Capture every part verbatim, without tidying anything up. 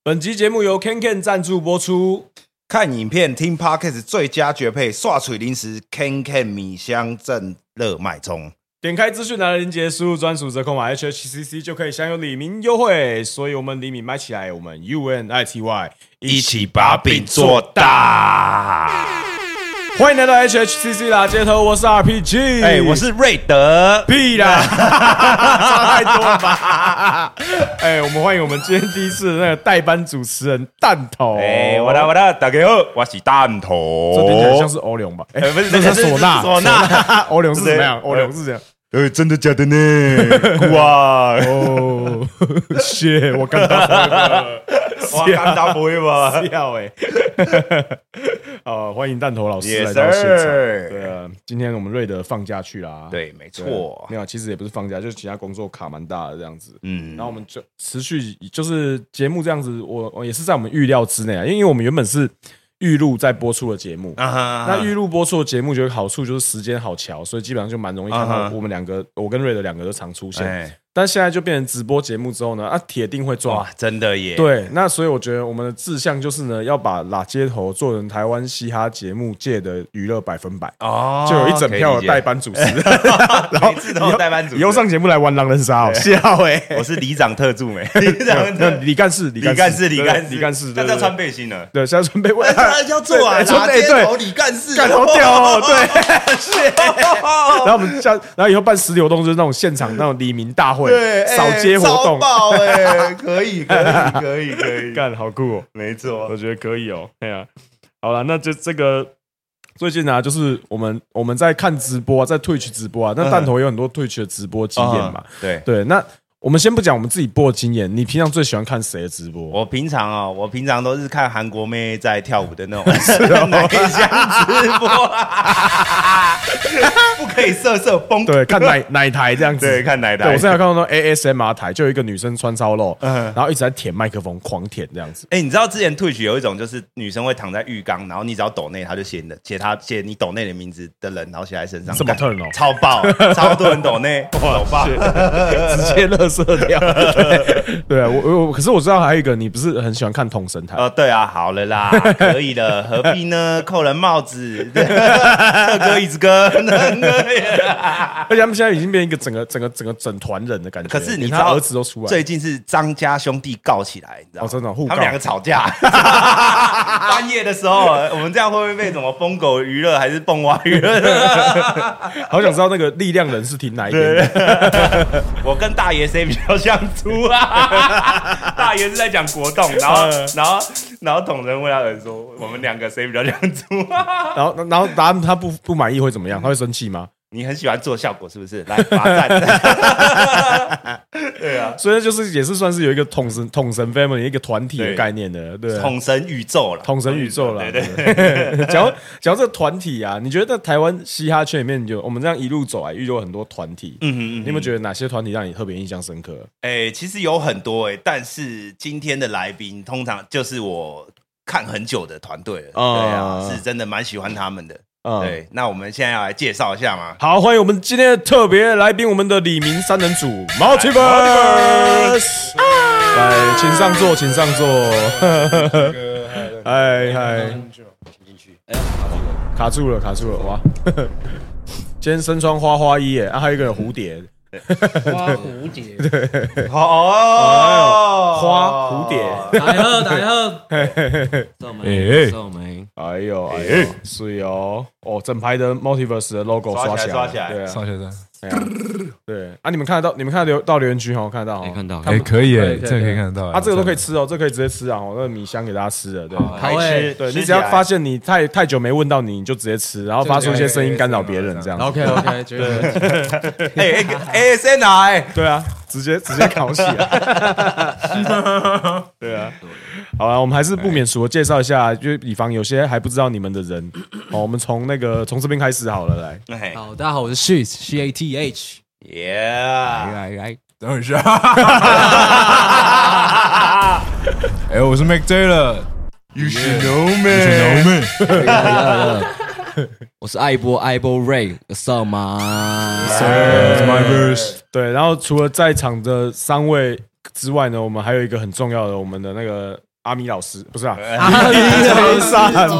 本集节目由 KenKen 赞助播出。 看影片、听 Podcast 最佳绝配，刷水零食 KenKen 米香正热卖中。 点开资讯栏的链接，输入专属折扣码 H H C C 就可以享有李明优惠。所以我们李明买起来，我们 U N I T Y 一起把饼做大。 欢迎来到 H H C C 啦，街头我是 R P G， 哎、欸，我是瑞德， 屁啦，差太多了吧？哎、欸，我们欢迎我们今天第一次的那个代班主持人蛋头。 哎、欸，我来我来，大家好，我是蛋头。 这听起来像是欧龙吧？哎、欸，不是，这是唢呐， 唢呐。 欧龙是怎么样？欧龙是这样。 呃、欸，真的假的呢？哇哦，谢，我刚刚了， 我刚刚不会吧？ 笑哎。好，欢迎蛋头老师 yes, 来到现场。 sir. 对啊，今天我们瑞德放假去啦。 对，没错。 没有，其实也不是放假，就是其他工作卡蛮大的这样子。 嗯， 然后我们就持续，就是节目这样子，我我也是在我们预料之内啊，因为我们原本是预录在播出的节目， uh-huh, uh-huh. 那预录播出的节目有一个好处就是时间好巧，所以基本上就蛮容易看到我们两个， uh-huh. 我跟瑞德两个都常出现。Uh-huh. 但现在就变成直播节目之后呢，啊，铁定会撞， 哇，真的耶！ 对，那所以我觉得我们的志向就是呢，要把拉街头做成台湾嘻哈节目界的娱乐百分百哦，就有一整票的代班主持人， 然后每次都有代班主持人， 以后上节目来玩狼人杀哦，笑哎！ 我是里长特助没， 里长李干事， 李干事，李干事， 李干事， 但是要穿背心了， 对，现在穿背心， 要做啊，拉街头李干事， 干好屌哦，对，然后我们下，然后以后办十流动就是那种现场那种黎明大会， 对， 扫街。活动爆哎，可以可以可以可以， 干好酷哦， 没错， 我觉得可以哦。哎呀、啊，好了，那就这个最近啊，就是我们我们在看直播、啊，在 Twitch 直播啊，那蛋头有很多 Twitch 的直播经验嘛， 嗯、对对，那。我们先不讲我们自己播的经验，你平常最喜欢看谁的直播？ 我平常哦，我平常都是看韩国妹在跳舞的那种奶香直播，不可以色色风。 对，看奶奶台这样子， 对，看奶台。 对我现在有看到那 A S M R 台，就有一个女生穿超露，嗯、然后一直在舔麦克风，狂舔这样子。 哎、欸，你知道之前 Twitch 有一种就是女生会躺在浴缸，然后你只要抖内，她就写你的，写她写你抖内的名字的人，然后写在身上。 这么 turn 哦， 超爆，超多人抖内，哇，爆， 直接垃圾掉。对, 对啊，我我可是我知道还有一个，你不是很喜欢看统神台？ 哦，对啊，好了啦，可以了，何必呢？扣人帽子，二哥椅子哥， 而且他们现在已经变一个整个整个整个整团人的感觉。 可是你知道， 儿子都出来， 最近是张家兄弟告起来，你知道吗？ 哦，真的，互告， 他们两个吵架。半夜的时候，我们这样会不会被什么疯狗娱乐还是蹦蛙娱乐？ 好想知道那个力量人是挺哪一边的。 我跟大爷谁比较相处啊？大爷是在讲国栋，然后然后然后统人问他人说，我们两个谁比较相处、啊？ 然后然后答案他不不满意会怎么样？他会生气吗？ 你很喜欢做效果是不是？来罚站。对啊， 所以就是也是算是有一个统神统神 family 一个团体的概念的，对， 统神宇宙了， 统神宇宙了。 对对对。 讲讲这个团体啊，你觉得在台湾嘻哈圈里面，就我们这样一路走来，遇到很多团体，嗯哼嗯哼，你有没有觉得哪些团体让你特别印象深刻？ 哎、欸，其实有很多哎、欸，但是今天的来宾通常就是我看很久的团队了，嗯、对啊，是真的蛮喜欢他们的。嗯、对，那我们现在要来介绍一下吗？ 好，欢迎我们今天的特别来宾，我们的李明三人组 Multiverse， 来，请上座，请上座。嗨嗨，进去，哎，卡住了，卡住了，哇！今天身穿花花衣耶，啊，还有一个蝴蝶。 花蝴蝶， 对， 哦， 花蝴蝶， 大喝大喝，皱眉皱眉， 哎呦哎呦，水哦，哦，整排的 Multiverse 的 logo 刷起来， 刷起来， 对啊， 刷起来， 哎呀，对啊，你们看得到，你们看得到到留言区哈，看得到， 看到， 哎，可以耶，这个可以看得到， 啊，这个都可以吃哦，这个可以直接吃啊，哦，那个米香给大家吃的，对， 好吃， 对你只要发现你太太久没问到你，你就直接吃，然后发出一些声音干扰别人，这样 ，OK OK， 对， 哎 ，A S M R， 对啊，直接直接烤起来，对啊，好了，我们还是不免俗的介绍一下，就以防有些还不知道你们的人，哦，我们从那个从这边开始好了，来， 好，大家好，我是 Sheets C A T H， 耶， 来来， 等一下，哎，我是 Mac Taylor。You should know me. You should know me. 我是艾波艾波 Ray，What's up, man? It's my verse. 对，然后除了在场的三位之外呢，我们还有一个很重要的，我们的那个阿米老师，不是啊， 阿米老师，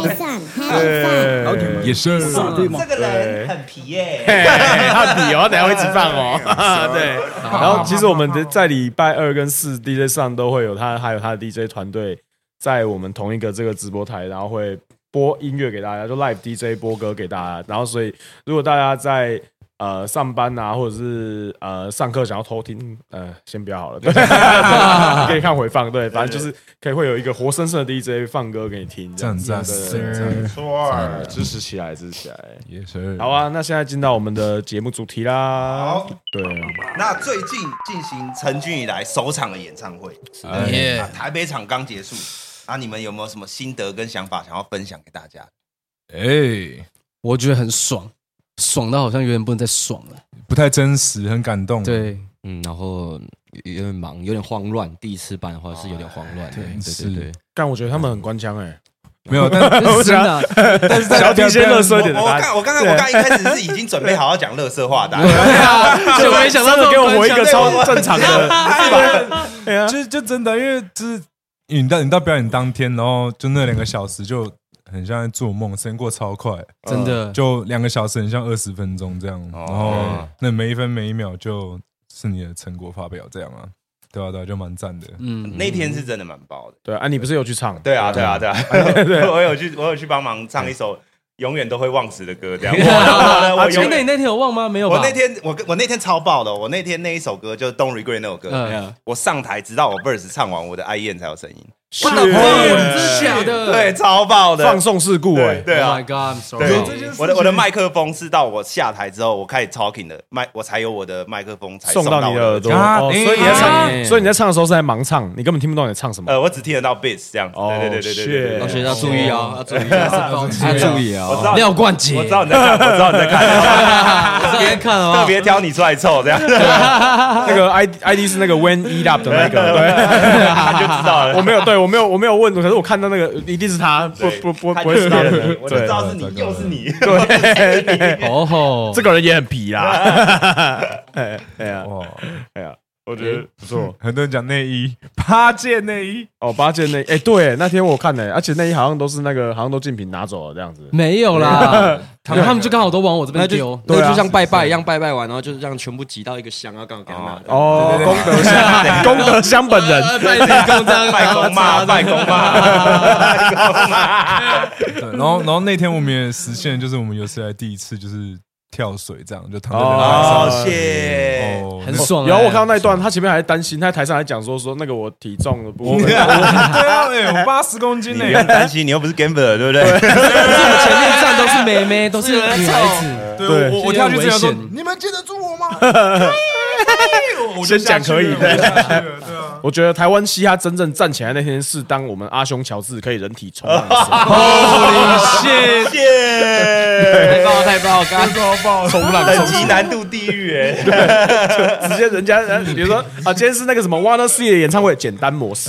对， 也是这个人很皮耶， 他很皮哦，等下会一直放哦。对，然后其实我们在礼拜二跟四 D J 上都会有他，还有他的 D J 团队在我们同一个这个直播台，然后会播音乐给大家，就 Live D J 播歌给大家。然后所以如果大家在呃，上班啊，或者是呃上课想要偷听，呃，先不要好了，对，可以看回放，对，反正就是可以会有一个活生生的 D J 放歌给你听，这样子， 赞赞， 没错， 支持起来，支持起来， 也是。 好啊，那现在进到我们的节目主题啦。 好， 对， 那最近进行成军以来首场的演唱会， 耶， 台北场刚结束，啊，你们有没有什么心得跟想法想要分享给大家？ 哎， 我觉得很爽。爽到好像有点不能再爽了， 不太真实，很感动。 对， 嗯，然后有点忙，有点慌乱。第一次办的话是有点慌乱，对对对对。 但我觉得他们很官腔哎， 没有，但真的， 但是小弟先乐色一点的答案。 我刚我刚刚我刚一开始是已经准备好要讲乐色话的， 就没想到给我回一个超正常的， 对啊，就就真的，因为就是你到你到表演当天，然后就那两个小时就。很像在做梦，时间过超快， 真的， 就两个小时很像二十分钟这样，然后那每一分每一秒就是你的成果发表这样啊，对啊对啊，就蛮赞的。 嗯，那天是真的蛮爆的。 对啊，你不是有去唱？ 对啊对啊对啊，我有去我有去帮忙唱一首永远都会忘词的歌，这样。 我真的，你那天有忘吗？没有吧？ 我那天我我那天超爆的，我那天那一首歌就是 Don't Regret 那首歌，我上台直到我 verse 唱完，我的爱燕才有声音。 我的妈，真的假的？ 对，超爆的放送事故哎！ 对啊 ，Oh my God， I'm sorry。 对，我的我的麦克风是到我下台之后，我开始 talking 的麦，我才有我的麦克风才送到你的耳朵。 哦， 所以你在唱，所以你在唱的时候是在盲唱，你根本听不懂你在唱什么。 呃，我只听得到 beats 这样。对对对对对对，所以要注意啊，要注意啊，要注意啊！ 我知道廖冠杰， 我知道你在看，我知道你在看， 特别看特别挑你出来凑这样。 那个 I I D 是那个 When Eat Up 的那个，对， 他就知道了。 我没有，对我没有，我没有问。可是我看到那个一定是他，不不不不会是他的， 我就知道是你，又是你， 对， 哦， 这个人也很皮啦，哎呀，哇，哎呀，我觉得不错。 很多人讲内衣，八件内衣， 哦，八件内，哎，对，那天我看呢，而且内衣好像都是那个，好像都竞品拿走了这样子， 没有啦，他们他们就刚好都往我这边丢， 对，就像拜拜一样，拜拜完然后就是这样全部挤到一个箱，然后刚好给他拿。 哦，功德箱，功德箱本人， 拜公妈，拜公妈，拜公妈。 对，然后然后那天我们也实现，就是我们有史以来第一次就是跳水，这样就躺在那上，哦，谢， 很爽。 然后我看到那一段，他前面还担心，他在台上还讲说说那个我体重的部分， 对啊，哎，我八十公斤呢， 你不用担心，你又不是 gambler， 对不对？ 我们前面站都是妹妹，都是女孩子， 对，我我跳去这样说，你们接得住我吗？ 先讲可以， 对啊。 我觉得台湾嘻哈真正站起来那天是当我们阿兄乔治可以人体冲浪的时候。 哦，谢谢， 太爆太爆，刚刚超爆， 冲浪等级难度地狱哎， 直接人家比如说啊，今天是那个什么 Wanna See 的演唱会简单模式，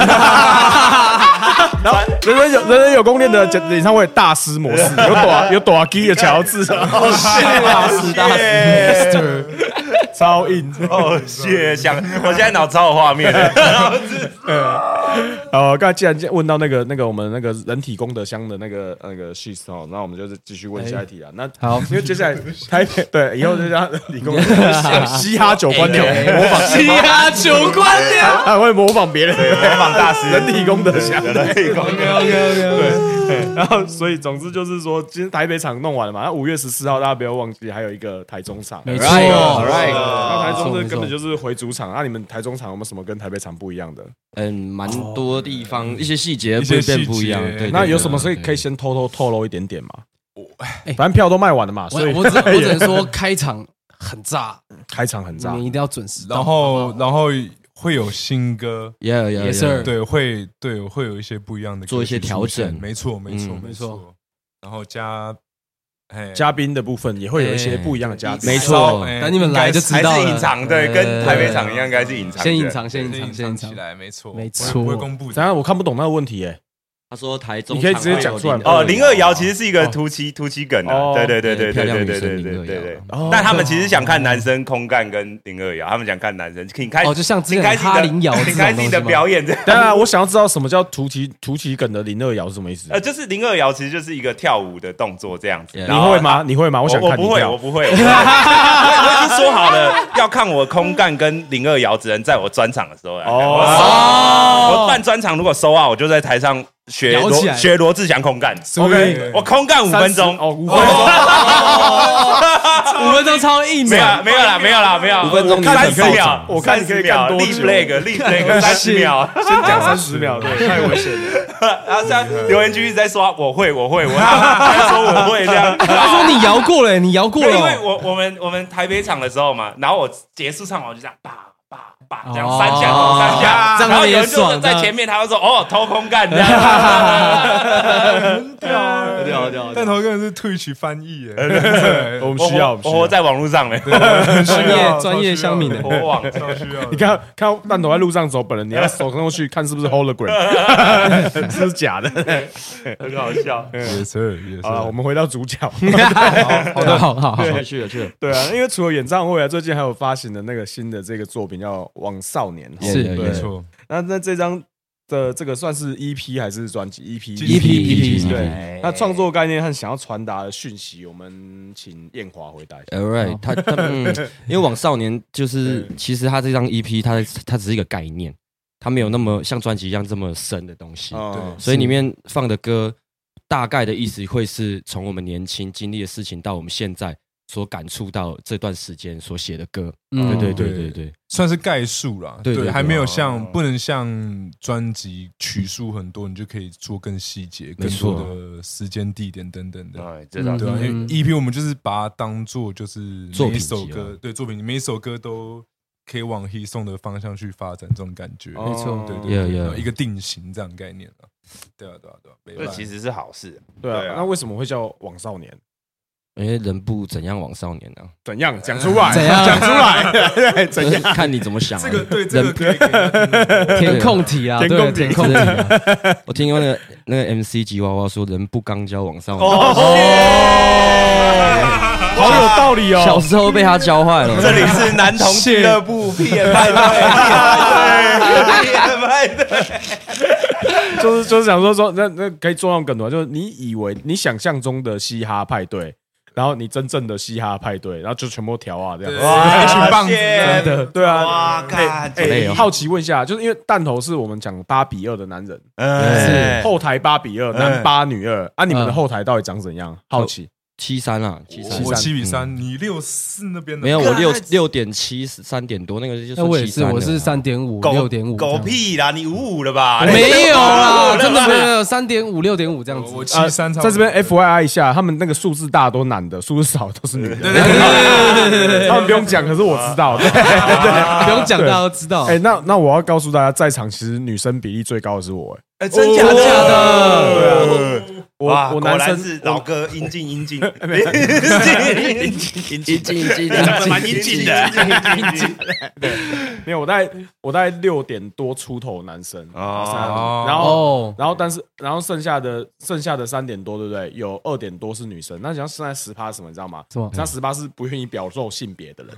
然后人人有人人有功练的演唱会大师模式，有短有短 G 的乔治， 哦，谢大师大师。 超硬哦，谢想，我现在脑超有画面。 哦，刚才既然问到那个那个我们那个人体功德箱的那个那个 sheet 哦，那我们就是继续问下一题啊。那好， 因为接下来台北对以后就叫人体功德箱，嘻哈九官鸟模仿嘻哈九官鸟， 他会模仿别人， 模仿大师人体功德箱， 人体功德箱， 对。然后所以总之就是说，今天台北场弄完了嘛，那五月十四号大家不要忘记还有一个台中场， 没错 ，right， 那台中是根本就是回主场，那你们台中场有没有什么跟台北场不一样的？ 嗯，蛮多地方一些细节会变不一样。对， 那有什么可以可以先偷偷透露一点点嘛？反正票都卖完了嘛，所以我只我只能说开场很炸， 开场很炸， 你们一定要准时。 然后然后会有新歌， 也有也是对，会对会有一些不一样的做一些调整， 没错没错没错。 然后加。 嘉宾的部分也会有一些不一样的嘉宾， 没错。 等你们来就知道了， 还是隐藏，对，跟台北场一样，应该是隐藏， 先隐藏，先隐藏，先隐藏起来，没错， 没错， 不会公布。 等下我看不懂那个问题，哎， 他说台中， 你可以直接讲出来哦。林二瑶其实是一个突击突击梗啊，对对对对对对对对对对。但他们其实想看男生空干跟林二瑶，他们想看男生，请开哦，就像之前哈林瑶， 请开自己的表演。 当然，我想要知道什么叫突击突击梗的林二瑶是什么意思？ 呃，就是林二瑶其实就是一个跳舞的动作这样子。 你会吗？你会吗？我想看你跳。 我不会，我不会。我已经说好了，要看我空干跟林二瑶，只能在我专场的时候来看。哦，我办专场如果收啊，我就在台上。学罗学罗志祥空干 ，OK， 我空干五分钟， 哦，五分钟， 五分钟超硬， 没有没有啦，没有啦，没有， 五分钟三十秒，我看你可以干多久？立 flag， 立 flag， 三十秒， 先讲三十秒，对，太危险了。 然后像留言区一直在说我会，我会，我他说我会这样， 他说你摇过了，你摇过了， 因为我我们我们台北场的时候嘛，然后我结束唱完我就这样叭。这样三下投三下，然后有人就在前面，他就说：“哦，偷空干这样。” 很屌，屌屌！但头根本是退取翻译耶， 我们需要， 我活在网络上嘞， 专业专业乡民的， 我网超需要。 你看看弹头在路上走，本人你要手伸过去看是不是 hologram， 是不是假的， 很好笑。 也是也是。 好，我们回到主角。 好的，好好好， 去了去了。 对啊，因为除了演唱会啊，最近还有发行的那个新的这个作品叫。往少年是没错， 那那这张的这个算是 E P 还是专辑 ？E P，E P，E P， 对。那创作概念和想要传达的讯息，我们请燕华回答一下。 All right， 他他嗯，因为往少年就是其实他这张 E P， 它它只是一个概念，它没有那么像专辑一样这么深的东西，所以里面放的歌大概的意思会是从我们年轻经历的事情到我们现在。所感触到这段时间所写的歌，嗯，对对对对对， 算是概述啦， 对， 还没有像不能像专辑曲数很多，你就可以做更细节、更多的时间、地点等等的， 对对， 因为 E P 我们就是把它当做就是每一首歌，对作品每一首歌都可以往 He Song 的方向去发展，这种感觉， 没错， 对对，一个定型这样概念了，对啊对啊对啊， 这其实是好事， 对啊，那为什么会叫往少年？ 因为人不怎样往少年呢、啊？ 怎样讲出来？ 怎样讲出来？怎样？ 看你怎么想、啊。 这个对，这个可以填空题啊， 填空填空题、啊。 我听过那个那个 M C 吉娃娃说：“人不刚交往少年。” 哦，好有道理哦。 小时候被他教坏了。 这里是男童俱乐部 P M 派对 ，P M 派对。 就是就是想说说那那可以做到更多，就是你以为你想象中的嘻哈派对。然后你真正的嘻哈派对，然后就全部调啊这样， 哇，一群棒子， 真的，对啊。 哇， 哎哎，好奇问一下，就是因为弹头是我们讲八比二的男人， 是后台八比二，男八女二，啊，你们的后台到底长怎样？好奇。 七三啊，七三， 我七比三，你六四那边的没有，我六六点七三点多，那个就是我也是，我是三点五六点五， 狗屁啦，你五五了吧？ 没有啦，真的没有，三点五六点五这样子。 我七三， 在这边 F Y I 一下，他们那个数字大都男的，数字少都是女的。 对对对对对， 他们不用讲，可是我知道，对对，不用讲，大家都知道。 哎，那那我要告诉大家，在场其实女生比例最高的是我， 哎，真假的？ 对啊。我我男生是老哥，英俊英俊， 英俊英俊， 长得蛮英俊的，英俊。 对，没有，我大概我大概六点多出头男生哦， 然后然后但是然后剩下的剩下的三点多，对不对？有二点多是女生，那像现在十趴什么，你知道吗？ 什么？ 像十趴是不愿意表露性别的人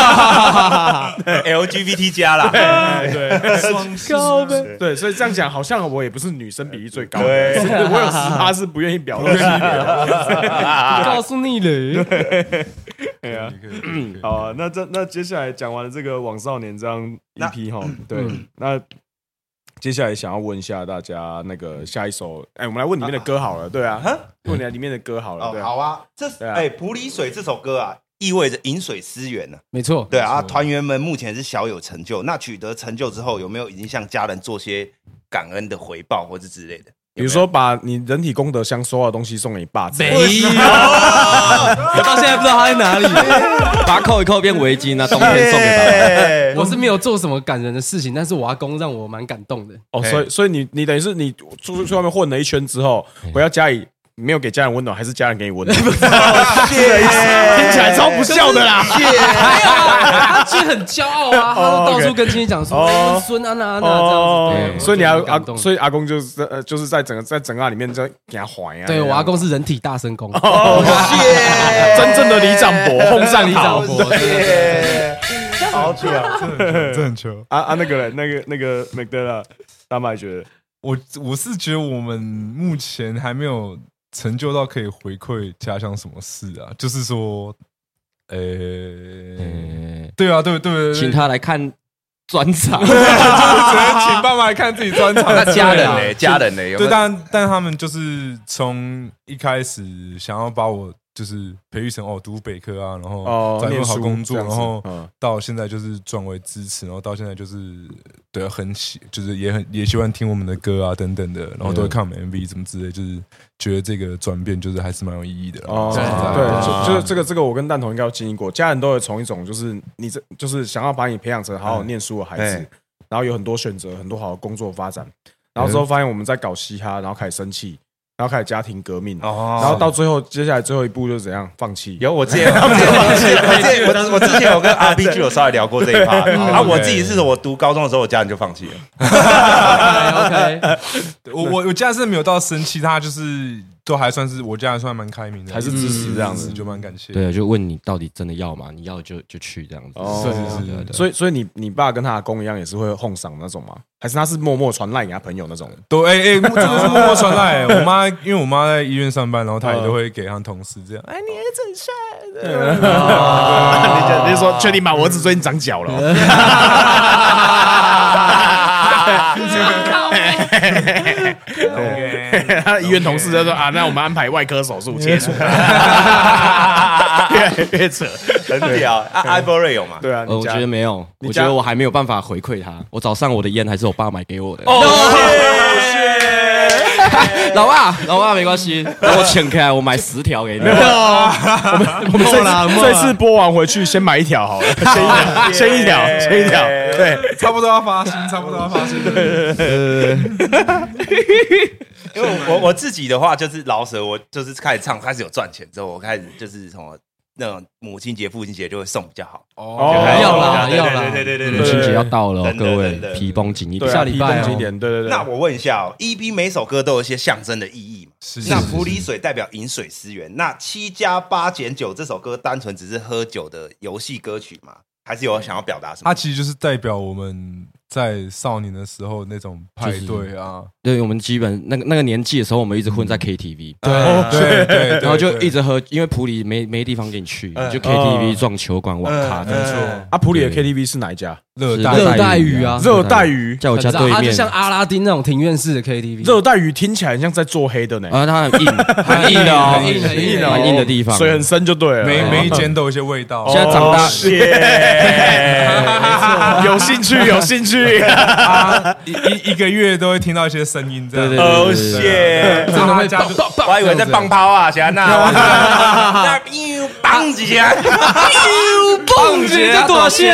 ，L G B T 加啦， 对， 双高呗， 对，所以这样讲好像我也不是女生比例最高的，我有十趴是不愿意表露性别， 告诉你了， 对啊，好啊，那这那接下来讲完了这个往少年这张 E P 哈，对，那接下来想要问一下大家，那个下一首，哎，我们来问里面的歌好了，对啊，问你里面的歌好了，对， 好啊，这哎，普里水这首歌啊，意味着饮水思源呢， 没错， 对啊，团员们目前是小有成就，那取得成就之后，有没有已经向家人做些感恩的回报或者之类的？ 比如说，把你人体功德箱所有的东西送给你爸， 没有，我到现在不知道他在哪里， 把它扣一扣变围巾啊，冬天送给爸。我是没有做什么感人的事情，但是我阿公让我蛮感动的。 哦，所以所以你你等于是你出去外面混了一圈之后，回到家里没有给家人温暖，还是家人给你温暖？听起起来超不孝的啦。 没有啊，他其实很骄傲啊，他到处跟亲戚讲说孙安娜安娜这样子。 所以你阿阿，所以阿公就是呃，就是在整个在整个里面在给他怀啊。 对我阿公是人体大神功。 哦，谢，真正的李长博，碰上李长博。 好巧， 这很球啊啊！那个人，那个那个麦德拉，大麦觉得， 我我是觉得我们目前还没有成就到可以回馈家乡什么事啊，就是说，呃、欸，对啊，对对对， 请他来看专场， 就是只能请爸妈来看自己专场。 那家人呢？家人呢？ 对，但但他们就是从一开始想要把我。就是培育成哦，读北科啊，然后找一份好工作，然后到现在就是转为支持，然后到现在就是对很喜，就是也很也喜欢听我们的歌啊等等的，然后都会看我们 M V 什么之类，就是觉得这个转变就是还是蛮有意义的。 哦，对，就是这个这个我跟蛋头应该有经历过，家人都会从一种就是你这就是想要把你培养成好好念书的孩子，然后有很多选择，很多好的工作发展，然后之后发现我们在搞嘻哈，然后开始生气。然后开始家庭革命，哦、然后到最后，接下来最后一步就是怎样放弃？ 有我之前，我之前我我之前有跟 R B G 有稍微聊过这一趴啊。我自己是我读高中的时候，我家人就放弃了。 OK， 我我我家是没有到生气，他就是都还算是我家人算蛮开明的， 还是支持这样子， 就蛮感谢。 对，就问你到底真的要吗？你要就就去这样子。 哦，是是是。所以所以你你爸跟他阿公一样，也是会哄嗓那种吗？还是他是默默传赖给他朋友那种？ 对，哎哎，真的是默默传赖。我妈因为我妈在医院上班，然后她也都会给她同事这样。哎，你儿子很帅。 你就说确定吗？我儿子最近长脚了。他医院同事就说啊，那我们安排外科手术切除。越来越扯， 很屌。啊，艾波瑞有吗？ 对啊， 我觉得没有，我觉得我还没有办法回馈他。我早上我的烟还是我爸买给我的。 哦， 老爸，老爸没关系，我请开，我买十条给你。 没有，我们我们这次这次播完回去先买一条好了，先一条，先一条，先一条，对， 差不多要发薪，差不多要发薪。 因为我我自己的话就是饶舌，我就是开始唱，开始有赚钱之后，我开始就是从那种母亲节、父亲节就会送比较好。 哦，要啦，要啦， 对对对对， 母亲节要到了，各位皮绷紧一点， 下礼拜一点，对对对。 那我问一下哦 ，E P 每首歌都有一些象征的意义嘛？ 是。 那普洱水代表饮水思源，那七加八减九这首歌单纯只是喝酒的游戏歌曲吗？还是有想要表达什么？ 它其实就是代表我们在少年的时候那种派对啊， 对，我们基本那个那个年纪的时候，我们一直混在 K T V， 对对对， 然后就一直喝，因为普里没没地方给你去，你就 K T V、撞球馆、网咖， 没错。 啊，普里的 K T V 是哪一家？ 热热带鱼啊， 热带鱼在我家对面， 它就像阿拉丁那种庭院式的 K T V。 热带鱼听起来很像在做黑的呢， 啊，它很硬，很硬的哦， 很硬很硬的，很硬的地方， 水很深就对了。 每每一间都有一些味道。 现在长大， 有兴趣，有兴趣。 一一一个月都会听到一些声音，这样。 哦谢， 真的会棒棒棒！我还以为在放炮啊，小安娜，那又棒几下， 又棒几下多香。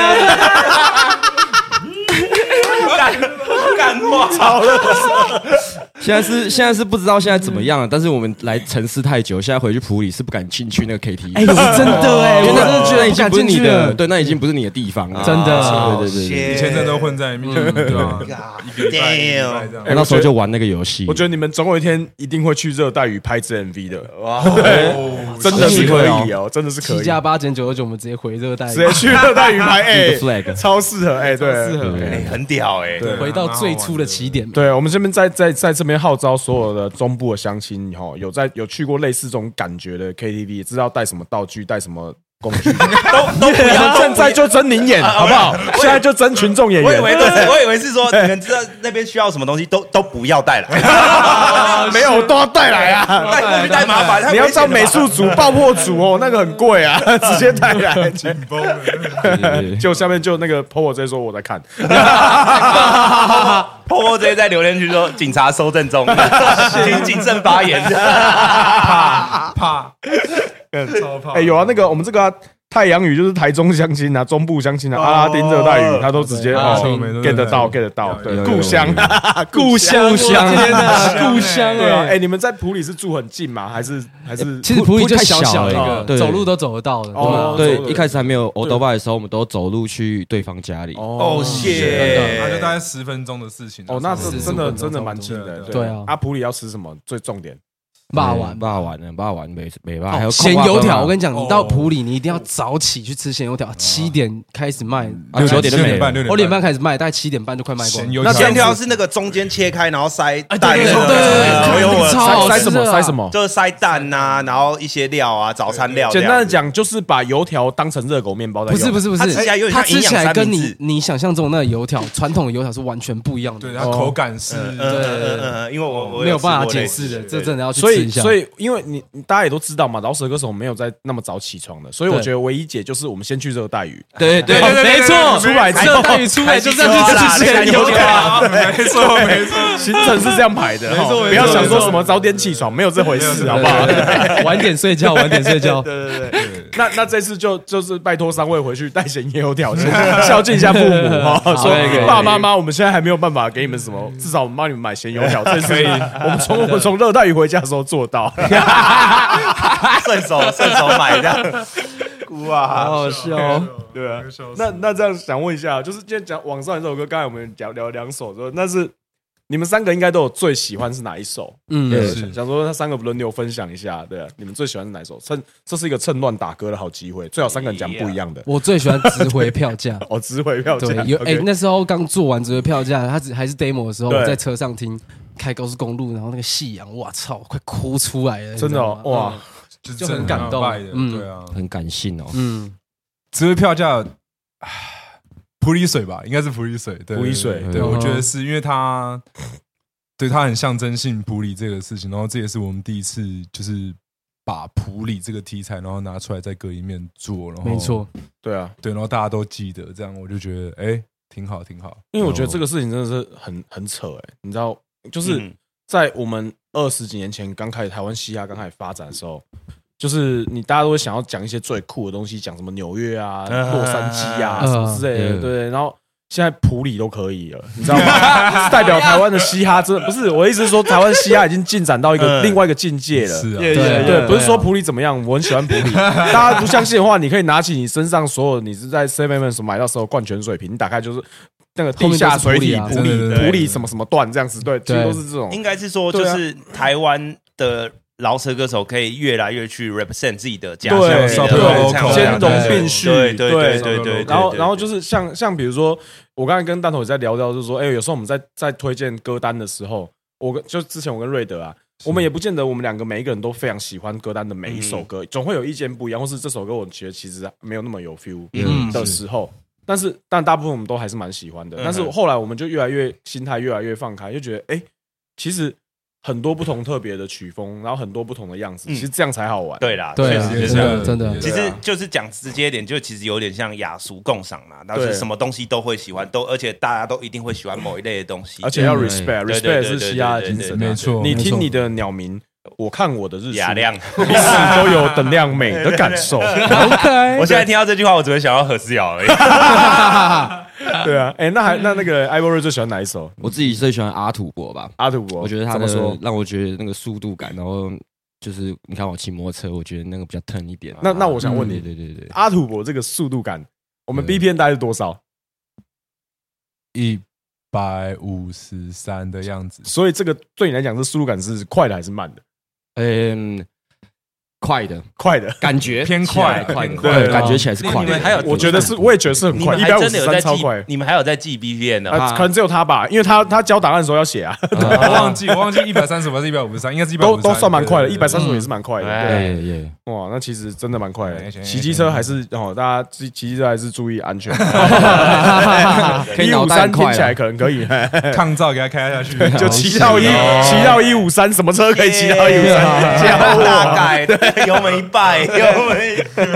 干干话超了！ 现在是现在是不知道现在怎么样了，但是我们来城市太久，现在回去普里是不敢进去那个 K T V。 哎，真的哎， 我真的觉得已经不是你的，对，那已经不是你的地方了， 真的。 对对对， 以前真的都混在里面，对吧？一个礼拜一个礼拜这样。 我那时候就玩那个游戏。 我觉得你们总有一天一定会去热带鱼拍支 M V 的，哇，真的是可以哦，真的是可以。 七加八减九九，我们直接回热带鱼， 直接去热带鱼拍，哎 ，flag 超适合，哎，对， 适合， 哎，很屌哎， 回到最初的起点。 对，我们这边在在在这边号召所有的中部的乡亲，哈，有在有去过类似这种感觉的 K T V， 知道带什么道具，带什么工具， 都都不要。 现在就争您演，好不好？现在就争群众演员。 我以为都是，我以为是说你们知道那边需要什么东西，都都不要带来。 没有，都要带来啊！ 带过去太麻烦。 你要照美术组、爆破组哦，那个很贵啊，直接带来。紧绷。就下面就那个 P O 直接说我在看。 P O 直接在留言区说警察搜证中，请谨慎发言。 怕怕。 哎、欸，有啊，那个我们这个、啊、 太阳雨就是台中乡亲啊，中部乡亲啊，阿拉丁热带雨，他都直接哦 get 得到 get 得到，对，故乡，故乡， 故乡，天哪，故乡对啊，哎，你们在埔里是住很近吗？还是还是？ 其实埔里就小小一个，走路都走得到的。 哦，对，一开始还没有 O 多拜的时候，我们都走路去对方家里。 哦，谢， 那就大概十分钟的事情。 哦，那是真的真的蛮近的。 对啊， 阿埔里要吃什么？最重点。 霸丸，霸丸呢？霸丸没没霸，还有咸油条。我跟你讲，你到埔里，你一定要早起去吃咸油条。七点开始卖， 啊，九点就没了。 我点半开始卖，大概七点半就快卖光。 那咸油条是那个中间切开，然后塞蛋， 对对对， 超塞什么塞什么， 就是塞蛋呐，然后一些料啊，早餐料。 简单的讲，就是把油条当成热狗面包在用。 不是不是不是， 它吃起来有点像营养三明治。它吃起来跟你你想象中的那个油条，传统的油条是完全不一样的。 对，它口感是， 对，因为我我没有办法解释的，这真的要去吃一下。所以因为你大家也都知道嘛，饶舌歌手没有在那么早起床的，所以我觉得唯一解就是我们先去热带雨。 对对对，没错， 出来热带雨出来就这样去吃咸油条， 没错没错， 行程是这样排的，没错，不要想说什么早点起床，没有这回事，好不好？ 晚点睡觉，晚点睡觉。 对对对，那那这次就就是拜托三位回去带咸油条，孝敬一下父母哈。说爸爸妈妈，我们现在还没有办法给你们什么，至少我们帮你们买咸油条，这可以。我们从我们从热带雨回家的时候做到。 顺手顺手买这样， 哇， 好好笑， 对啊。那那这样想问一下，就是今天讲《网上》这首歌，刚才我们聊聊两首，说那是你们三个应该都有最喜欢是哪一首？嗯，对，想说他三个轮流分享一下，对啊，你们最喜欢是哪一首？趁这是一个趁乱打歌的好机会，最好三个人讲不一样的。 我最喜欢值回票价， 哦，值回票价， 对，有哎，那时候刚做完值回票价，他只还是 demo 的时候，我在车上听。开高速公路，然后那个夕阳，哇操，快哭出来了！ 真的哦，哇， 就很感动， 嗯，对啊， 很感性哦， 嗯，值回票价，埔里水吧，应该是埔里水， 埔里水， 对，我觉得是因为它，对它很象征性埔里这个事情，然后这也是我们第一次就是把埔里这个题材，然后拿出来在歌里面做，然后没错， 对啊， 对，然后大家都记得，这样我就觉得，哎，挺好，挺好， 因为我觉得这个事情真的是很很扯，哎，你知道。就是在我们二十几年前刚开始台湾嘻哈刚开始发展的时候，就是你大家都会想要讲一些最酷的东西，讲什么纽约啊、洛杉矶啊什么之类的，对。然后现在埔里都可以了，你知道吗？代表台湾的嘻哈真的不是我的意思是说，台湾嘻哈已经进展到一个另外一个境界了。 是啊， 对对，不是说埔里怎么样，我很喜欢埔里。大家不相信的话，你可以拿起你身上所有你是在 seven eleven 买到所有矿泉水瓶，你打开就是。那个地下水体埔里埔里什么什么段这样子，对，其实都是这种。 应该是说，就是台湾的饶舌歌手可以越来越去 represent 自己的家乡， 对，兼容并蓄， 对对对对对。 然后然后就是像像比如说，我刚才跟蛋头也在聊到，就是说，哎，有时候我们在在推荐歌单的时候，我跟就之前我跟瑞德啊，我们也不见得我们两个每一个人都非常喜欢歌单的每一首歌，总会有意见不一样，或是这首歌我觉得其实没有那么有 feel 的时候。但是，但大部分我们都还是蛮喜欢的。但是后来我们就越来越心态越来越放开，就觉得哎、欸，其实很多不同特别的曲风，然后很多不同的样子，其实这样才好玩。 对啦， 对，真的真的， 其实就是讲直接一点，就其实有点像雅俗共赏嘛，然后是什么东西都会喜欢，都而且大家都一定会喜欢某一类的东西， 而且要 respect，respect 是嘻哈的精神， 没错。 你听你的鸟鸣。我看我的日出， 雅量， 彼此都有等量美的感受。 OK， 我现在听到这句话，我只会想到何思瑶而已。 对啊，哎、欸，那还那那个艾波瑞最喜欢哪一首？ 我自己最喜欢阿土伯吧。 阿土伯， 我觉得他的让我觉得那个速度感，然后就是你看我骑摩托车，我觉得那个比较疼一点。 那那我想问你， 嗯、对对对对， 阿土伯这个速度感，我们 B P M 大概是多少？ 一百五十三的样子。 所以这个对你来讲，这速度感是快的还是慢的？ 嗯，快的， 快的感觉偏快， 快的， 对， 感觉起来是快的。 还有， 我觉得是，我也觉得是很快，一百五十三超快。 你们还有在记 B P M 的？ 可能只有他吧，因为他他交档案的时候要写啊。 我忘记，我忘记一百三十五还是一百五十三，应该是一百五十三， 都都算蛮快的，一百三十五也是蛮快的。 对对， 哇，那其实真的蛮快的。骑机车还是哦，大家骑骑机车还是注意安全。一五三听起来可能可以， 抗噪给他开下去， 就骑到一骑到一五三，什么车可以骑到一五三？ 加大概对，油门一拜，油门。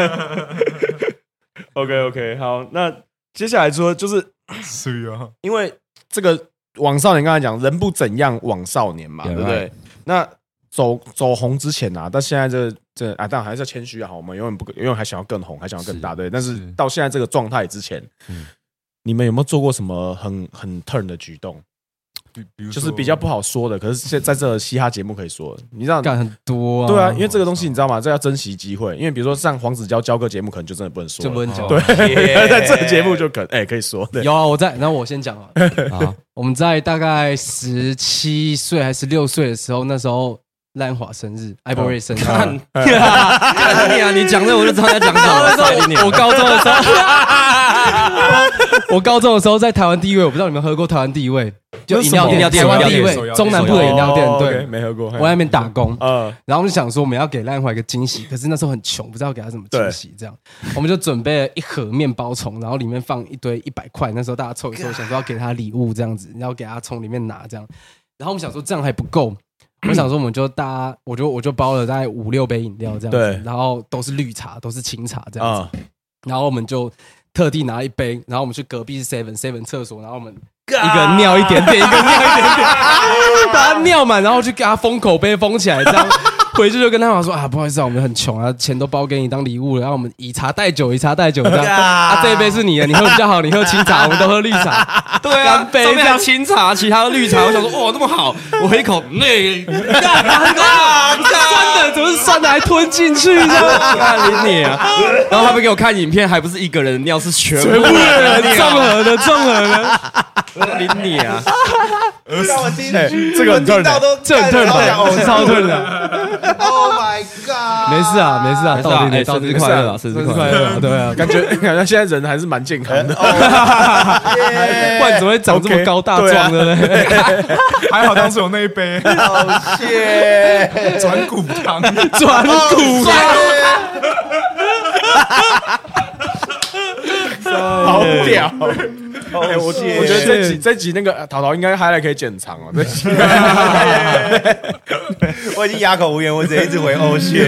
OK OK， 好，那接下来说就是是啊， 因为这个网少年刚才讲人不怎样网少年嘛，对不对？那走走红之前啊，但现在这这啊，当然还是要谦虚啊，我们永远不永远还想要更红，还想要更大，对。但是到现在这个状态之前，嗯，你们有没有做过什么很很 turn 的举动？就是比较不好说的，可是现在这嘻哈节目可以说，你知道干很多啊， 对啊，因为这个东西你知道吗？这要珍惜机会，因为比如说上黄子佼教个节目，可能就真的不能说， 就不能讲， 对，在这个节目就可哎、欸、可以说， 有啊，我在，然后我先讲啊，啊，我们在大概十七岁还是十六岁的时候，那时候赖华生日，艾博瑞生日，看你啊，你讲的我就知道在讲什么。 我高中的时候，我高中的时候在台湾第一位，我不知道你们喝过台湾第一位。就饮料店，台湾第一位中南部的饮料店，对， 没喝过。 我在那边打工，嗯，然后我就想说我们要给赖华一个惊喜，可是那时候很穷，不知道给他什么惊喜，这样，我们就准备了一盒面包虫，然后里面放一堆一百块，那时候大家凑一凑，想说要给他礼物这样子，然后给他从里面拿这样，然后我们想说这样还不够，我想说我们就大家，我就我就包了大概五六杯饮料这样子，然后都是绿茶，都是清茶这样子，然后我们就特地拿一杯，然后我们去隔壁是 seven seven 厕所，然后我们。一个尿一点点，一个尿一点点，把它尿满，然后就给他封口杯封起来，这样回去就跟他讲说啊，不好意思啊，我们很穷啊，钱都包给你当礼物了，然后我们以茶代酒，以茶代酒这样啊，这一杯是你的，你喝比较好，你喝清茶，我们都喝绿茶， 对啊，干杯，上面清茶，其他的绿茶，我想说哇，那么好，我喝一口，那酸的，怎么是酸的还吞进去呢？ 看你啊！然后他们给我看影片，还不是一个人的尿，是全部人综合的，综合的。 淋你啊！ 让我听去， 这个很 turn 的， 这很 turn 的，超 turn 的。 Oh my god！ 没事啊，没事啊，到底生日快乐，生日快乐， 对啊， 感觉感觉现在人还是蛮健康的，不然怎么会长这么高大壮的呢？ 还好当时有那一杯， 好谢转骨汤， 转骨汤。 好屌！哎，我我觉得这集这集那个淘淘应该还来可以剪长哦。这集我已经哑口无言，我直接一直回欧血，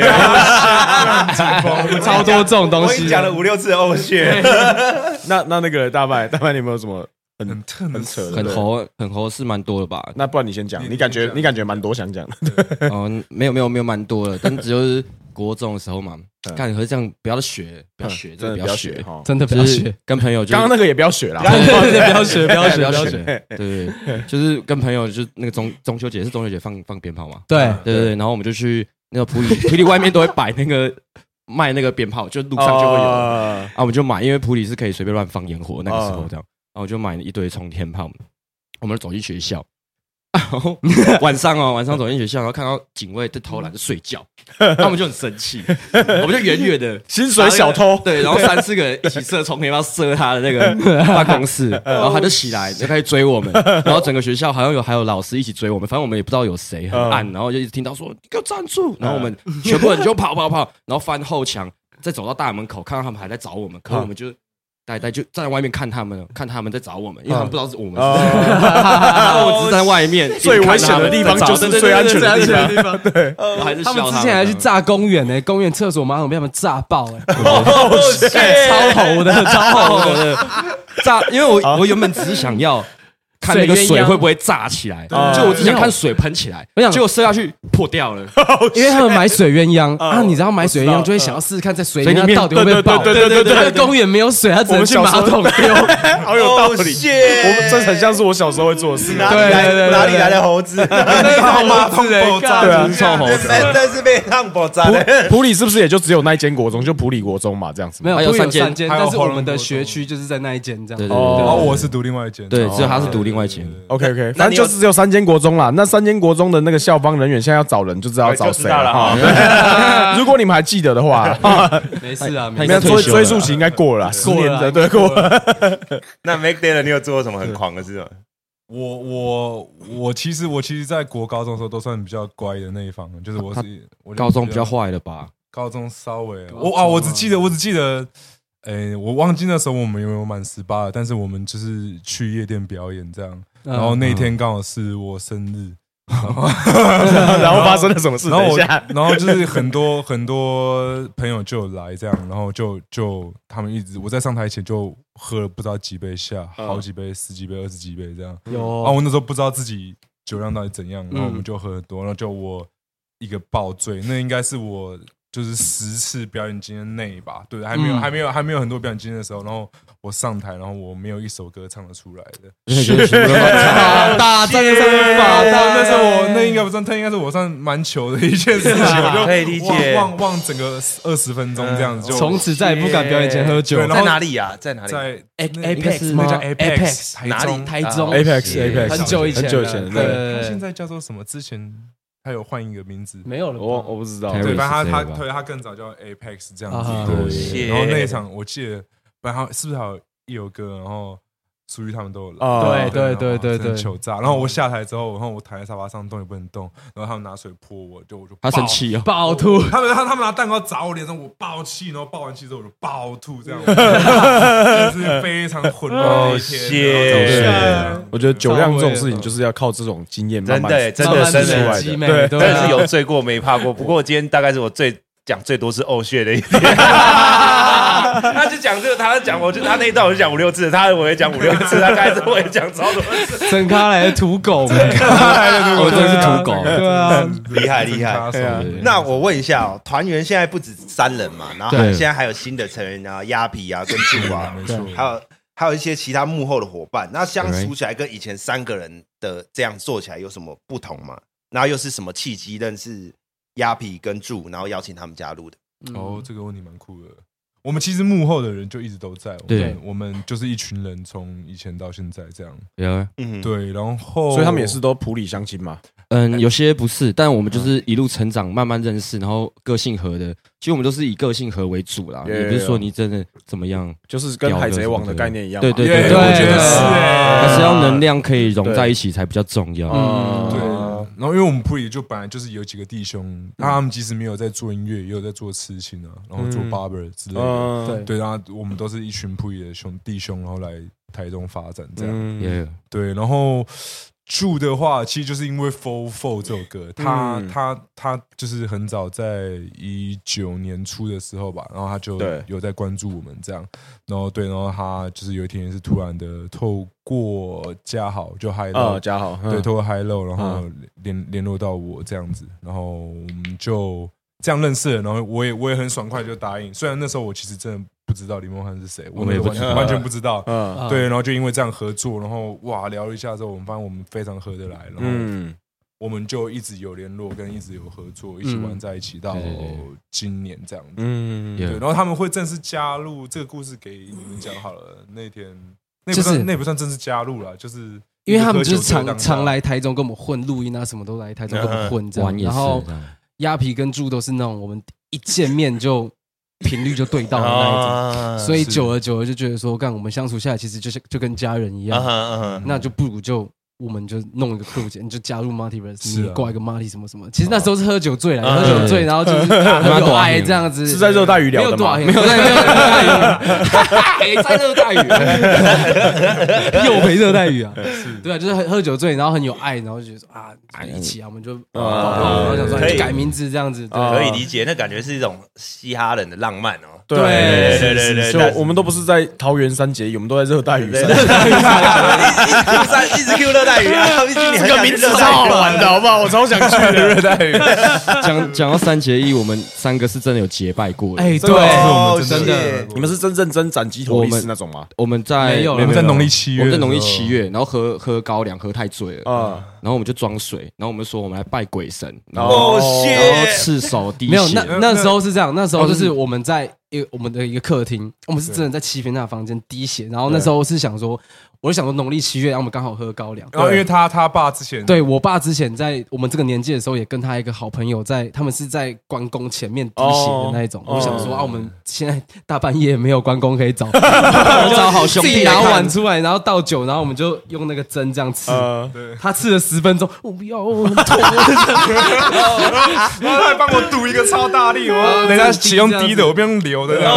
超多这种东西， 我已经讲了五六次欧血。 那那那个大麦大麦，你有没有什么很很很扯的、 很猴很猴是蛮多的吧？ 那不然你先讲，你感觉你感觉蛮多想讲的。 哦，没有没有没有蛮多的，但只就是国中的时候嘛，看和这样不要学，不要学，真的不要学， 真的不要学， 跟朋友刚刚那个也不要学啦， 不要学，不要学，不要学，对，就是跟朋友就那个中中秋节是中秋节放放鞭炮嘛， 对对对，然后我们就去那个普里普里外面都会摆那个卖那个鞭炮，就路上就会有啊，我们就买，因为普里是可以随便乱放烟火，那个时候这样，然后我就买了一堆冲天炮，我们走进学校。然后晚上哦，晚上走进学校，然后看到警卫在偷懒就睡觉，他们就很生气，我们就远远的薪水小偷， 对，然后三四个人一起射冲天炮射他的那个办公室，然后他就起来就开始追我们，然后整个学校好像有还有老师一起追我们，反正我们也不知道有谁，很暗，然后就一直听到说你给我站住，然后我们全部人就跑跑跑，然后翻后墙，再走到大门口，看到他们还在找我们，可是我们就。呆呆就站在外面看他们，看他们在找我们，因为他们不知道是我们，我只是在外面最危险的地方就是最安全的地方。对， 还是他们之前还去炸公园呢，公园厕所马桶被他们炸爆哎，超猴的，超猴的炸，因为我我原本只是想要。看那个水会不会炸起来？就我只想看水喷起来，结果射下去破掉了。 因为他们买水鸳鸯啊，你知道买水鸳鸯就会想要试试看在水里面到底会不会爆。对对对对，公园没有水，他只能去马桶丢。 好有道理，我们这很像是我小时候会做的事。 哪里来哪里来的猴子？ 马桶爆炸， 对啊，臭猴子。 但是被烫爆炸的。 普里是不是也就只有那一间国中，就普里国中嘛，这样子？ 没有， 还有三间， 但是我们的学区就是在那一间这样。 对对对， 然后我是读另外一间， 对，只有他是读另外一间。 OK OK，反正就是只有三间国中啦。那三间国中的那个校方人员现在要找人，就知道要找谁了哈。如果你们还记得的话， 没事啊， 没有追追溯期应该过了啦，十年的对过了。 那 Make Day 你有做过什么很狂的事吗？ 我我我其实我其实，在国高中的时候都算比较乖的那一方，就是我是我高中比较坏了吧？ 高中稍微我啊，我只记得我只记得。诶、欸，我忘记那时候我们有没有满十八了，但是我们就是去夜店表演这样，然后那天刚好是我生日， 然后发生了什么事？ 然后我，然后就是很多很多朋友就来这样，然后就就他们一直我在上台前就喝了不知道几杯下，好几杯、十几杯、二十几杯这样。有，然后我那时候不知道自己酒量到底怎样，然后我们就喝很多，然后就我一个爆醉，那应该是我就是十次表演经验内吧，对，还没有、嗯、还没有还没有很多表演经验的时候，然后我上台，然后我没有一首歌唱得出来的， 大战上面法，那是我那应该不算，那应该是我算蛮糗的一件事情，我就可以理解， 忘忘整个二十分钟这样子，就从此再也不敢表演前喝酒。 在哪里啊？在哪里？ 在 Apex 那叫 Apex， 哪里？ 台中 Apex Apex， 很久以前， 很久以前， 对， 现在叫做什么？之前。他有换一个名字， 没有了， 我我不知道。 对，反正他他对他更早叫 Apex 这样子。对，然后那一场我记得，本来是不是还有一首歌，然后苏玉他们都有来。对对对对对， 糗炸。然后我下台之后，然后我躺在沙发上动也不能动，然后他们拿水泼我，就我就他生气哦， 暴吐。 他们他他们拿蛋糕砸我脸上，我爆气，然后爆完气之后我就暴吐，这样，真是非常混乱的一天。 我觉得酒量这种事情就是要靠这种经验慢慢真的真的出来的，对，真的是有醉过没怕过。不过今天大概是我最讲最多是呕血的一天。他就讲这个，他讲我就他那一段我就讲五六次，他我也讲五六次，他开始我也讲超多次。 真咖来的土狗， 真咖来的土狗，真的是土狗， 对啊， 厉害厉害。那我问一下哦，团员现在不止三人嘛，然后现在还有新的成员啊，鸭皮啊跟柱啊， 没错， 还有还有一些其他幕后的伙伴。那相处起来跟以前三个人的这样做起来有什么不同吗？然后又是什么契机认识鸭皮跟柱，然后邀请他们加入的？ 哦，这个问题蛮酷的。我们其实幕后的人就一直都在，对，我们就是一群人，从以前到现在这样。 有， 嗯，对，然后所以他们也是都普里相亲嘛。 嗯，有些不是，但我们就是一路成长，慢慢认识，然后个性合的。其实我们都是以个性合为主啦，也不是说你真的怎么样， 就是跟海贼王的概念一样。 对对对， 我觉得是， 还是要能量可以融在一起才比较重要。 嗯，对。然后因为我们普里就本来就是有几个弟兄，他们即使没有在做音乐，也有在做刺青啊，然后做 barber 之类的。对，然后我们都是一群普里的兄弟兄，然后来台中发展这样。对，然后。住的话，其实就是因为《Fall Fall》这首歌，他、嗯、他他就是很早在一九年初的时候吧，然后他就有在关注我们这样，然后对，然后他就是有一天是突然的透过嘉豪就 Hi Low 嘉豪对，透过 Hi Low 然后联联络到我这样子，然后我们就这样认识了，然后我也我也很爽快就答应，虽然那时候我其实真的。不知道李梦涵是谁，我们也完全完全不知道。嗯，对，然后就因为这样合作，然后哇聊了一下之后，我们发现我们非常合得来，然后我们就一直有联络，跟一直有合作，一起玩在一起到今年这样子。嗯，对，然后他们会正式加入这个故事给你们讲好了。那天那不算那不算正式加入了，就是因为他们就是常常来台中跟我们混录音啊，什么都来台中跟我们混这样。然后鸭皮跟柱都是那种我们一见面就。频率就对到的那一种，啊、所以久而久而就觉得说，干我们相处下来，其实就是就跟家人一样，啊啊、那就不如就我们就弄一个 crew， 你就加入 Multiverse， 你挂一个 Multi 什么什么。其实那时候是喝酒醉了，啊、喝酒醉，然后就是很有爱这样子， 是在热带雨聊的吗？ 没有在热带雨，在热带雨，又陪热带雨啊，对啊，就是喝酒醉，然后很有爱，然后就觉得啊，一起啊，我们就然后想说改名字这样子， 可以理解，那感觉是一种嘻哈人的浪漫哦。 对对对对对，就我们都不是在桃园三结义，我们都在热带雨山， 一直 Q 热带雨啊， 这个名字超好玩的，好不好？我超想去的热带雨。 讲讲到三结义，我们三个是真的有结拜过的， 哎，对， 我们真的，你们是真正真斩鸡头历史那种吗？ 我们在没有， 我们在农历七月， 我们在农历七月，然后喝喝高粱，喝太醉了啊，然后我们就装水，然后我们说我们来拜鬼神，然后赤手滴血。 没有，那那时候是这样，那时候就是我们在。一个我们的一个客厅，我们是真的在七菲娜房间滴血，然后那时候是想说，我就想说农历七月，然后我们刚好喝高粱， 然后因为他他爸之前对我爸之前在我们这个年纪的时候，也跟他一个好朋友在，他们是在关公前面滴血的那一种。我想说啊，我们现在大半夜没有关公可以找， 找好兄弟， 自己拿碗出来，然后倒酒，然后我们就用那个针这样刺，他刺了十分钟，我不要，我很痛， 然后他还帮我赌一个超大力，我人家启用滴的，我不用流。对，